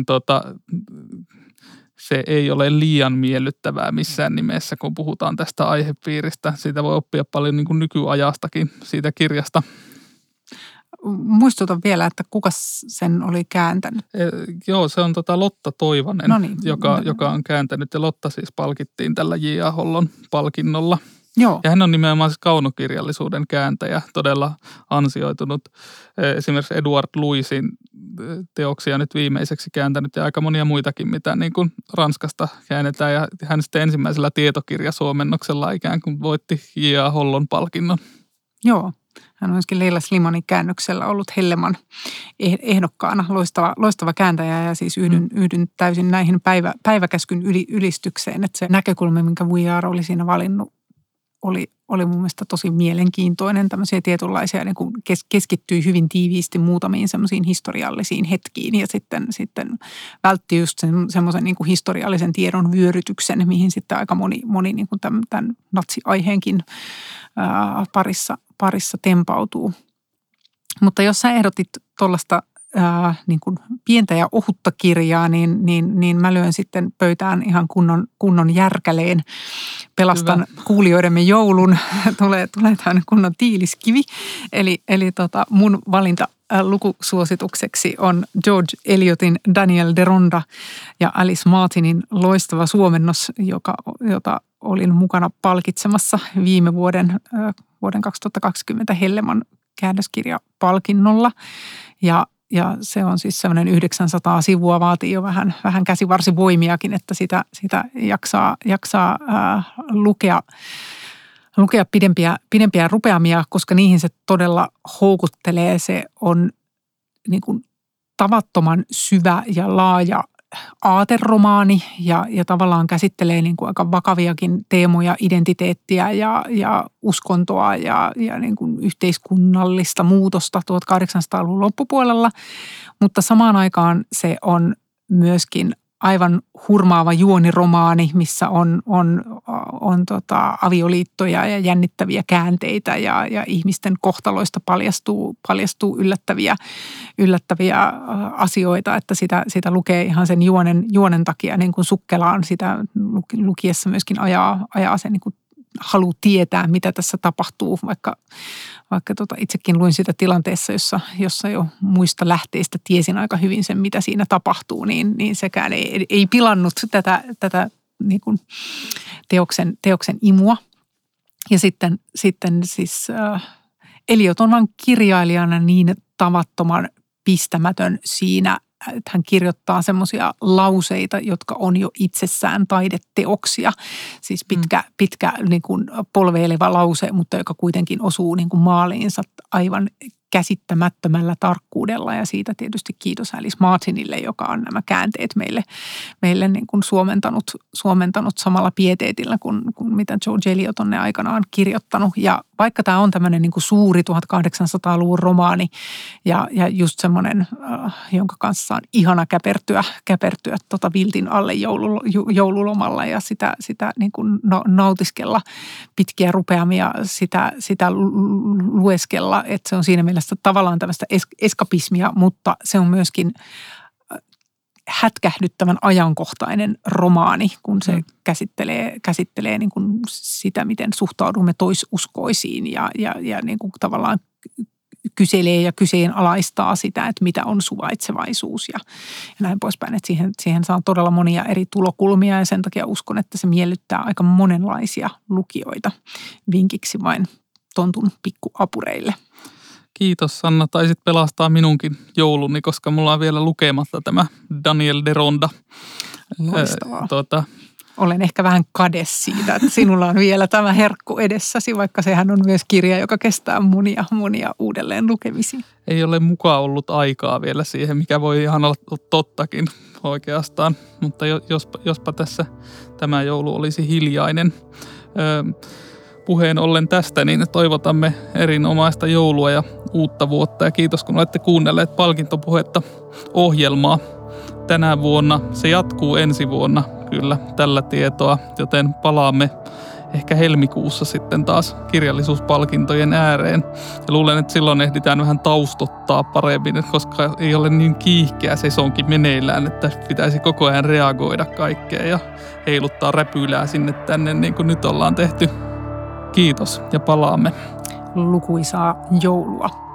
Speaker 1: se ei ole liian miellyttävää missään nimessä, kun puhutaan tästä aihepiiristä. Siitä voi oppia paljon niin kuin nykyajastakin siitä kirjasta.
Speaker 2: Muistutan vielä, että kuka sen oli kääntänyt?
Speaker 1: Joo, se on Lotta Toivonen, joka on kääntänyt. Ja Lotta siis palkittiin tällä J.A. Hollon palkinnolla.
Speaker 2: Joo.
Speaker 1: Ja hän on nimenomaan siis kaunokirjallisuuden kääntäjä, todella ansioitunut. Esimerkiksi Edward Louisin teoksia nyt viimeiseksi kääntänyt ja aika monia muitakin, mitä niin kuin Ranskasta käännetään. Ja hän sitten ensimmäisellä tietokirjasuomennoksella ikään kuin voitti J.A. Hollon palkinnon.
Speaker 2: Joo. Hän on myöskin Leila Slimani käännöksellä ollut Helleman ehdokkaana. Loistava kääntäjä ja siis yhdyn täysin näihin päiväkäskyn ylistykseen. Että se näkökulma, minkä Vuillard oli siinä valinnut, oli mun mielestä tosi mielenkiintoinen. Tämmöisiä tietynlaisia, niin kuin keskittyi hyvin tiiviisti muutamiin semmoisiin historiallisiin hetkiin ja sitten vältti just semmoisen niin kuin historiallisen tiedon vyörytyksen, mihin sitten aika moni niin kuin tämän natsiaiheenkin parissa tempautuu. Mutta jos sä ehdotit tuollaista niin kuin pientä ja ohutta kirjaa, niin mä lyön sitten pöytään ihan kunnon järkäleen. Pelastan Hyvä. Kuulijoidemme joulun. Tulee tämmöinen kunnon tiiliskivi. Eli mun valinta lukusuositukseksi on George Eliotin Daniel Deronda ja Alice Martinin loistava suomennos, jota olin mukana palkitsemassa viime vuoden 2020 Helleman käännöskirjapalkinnolla. Ja se on siis semmoinen 900 sivua, vaatii jo vähän käsivarsivoimiakin, että sitä jaksaa lukea pidempiä rupeamia, koska niihin se todella houkuttelee. Se on niin kuin tavattoman syvä ja laaja aateromaani ja tavallaan käsittelee niin kuin aika vakaviakin teemoja, identiteettiä ja uskontoa ja niin kuin yhteiskunnallista muutosta 1800-luvun loppupuolella, mutta samaan aikaan se on myöskin aivan hurmaava juoniromaani, missä on avioliittoja ja jännittäviä käänteitä ja ihmisten kohtaloista paljastuu yllättäviä asioita, että sitä lukee ihan sen juonen takia niin kuin sukkelaan sitä lukiessa myöskin ajaa sen niin kuin halu tietää, mitä tässä tapahtuu, vaikka itsekin luin sitä tilanteessa, jossa jo muista lähteistä tiesin aika hyvin sen, mitä siinä tapahtuu, niin sekään ei pilannut tätä niin kuin teoksen imua. Ja sitten siis Eliot on vaan kirjailijana niin tavattoman pistämätön siinä, että hän kirjoittaa semmoisia lauseita, jotka on jo itsessään taideteoksia. Siis pitkä niin kuin polveileva lause, mutta joka kuitenkin osuu niin kuin maaliinsa aivan käsittämättömällä tarkkuudella. Ja siitä tietysti kiitos Alice Martinille, joka on nämä käänteet meille niin kuin suomentanut samalla pieteetillä kuin mitä George Eliot on ne aikanaan kirjoittanut. Ja vaikka tämä on tämmöinen niin kuin suuri 1800-luvun romaani ja just semmoinen, jonka kanssa on ihana käpertyä viltin alle joululomalla ja sitä niin kuin nautiskella pitkiä rupeamia, sitä lueskella, että se on siinä mielessä tavallaan tämmöistä eskapismia, mutta se on myöskin hätkähdyttävän ajankohtainen romaani, kun se käsittelee niin kuin sitä, miten suhtaudumme toisuskoisiin ja niin kuin tavallaan kyselee ja kyseenalaistaa sitä, että mitä on suvaitsevaisuus ja näin poispäin. Että siihen saa todella monia eri tulokulmia ja sen takia uskon, että se miellyttää aika monenlaisia lukijoita. Vinkiksi vain tontun pikkuapureille.
Speaker 1: Kiitos Sanna, taisit pelastaa minunkin jouluni, koska mulla on vielä lukematta tämä Daniel Deronda.
Speaker 2: Loistavaa. Olen ehkä vähän kade siitä, että sinulla on vielä tämä herkku edessäsi, vaikka sehän on myös kirja, joka kestää monia uudelleen lukemisia.
Speaker 1: Ei ole mukaan ollut aikaa vielä siihen, mikä voi ihan olla tottakin oikeastaan, mutta jospa tässä tämä joulu olisi hiljainen. Puheen ollen tästä, niin toivotamme erinomaista joulua ja uutta vuotta. Ja kiitos, kun olette kuunnelleet Palkintopuhetta -ohjelmaa tänä vuonna. Se jatkuu ensi vuonna kyllä tällä tietoa, joten palaamme ehkä helmikuussa sitten taas kirjallisuuspalkintojen ääreen. Ja luulen, että silloin ehditään vähän taustottaa paremmin, koska ei ole niin kiihkeä sesonki meneillään, että pitäisi koko ajan reagoida kaikkeen ja heiluttaa räpylää sinne tänne niin kuin nyt ollaan tehty. Kiitos ja palaamme.
Speaker 2: Lukuisaa joulua.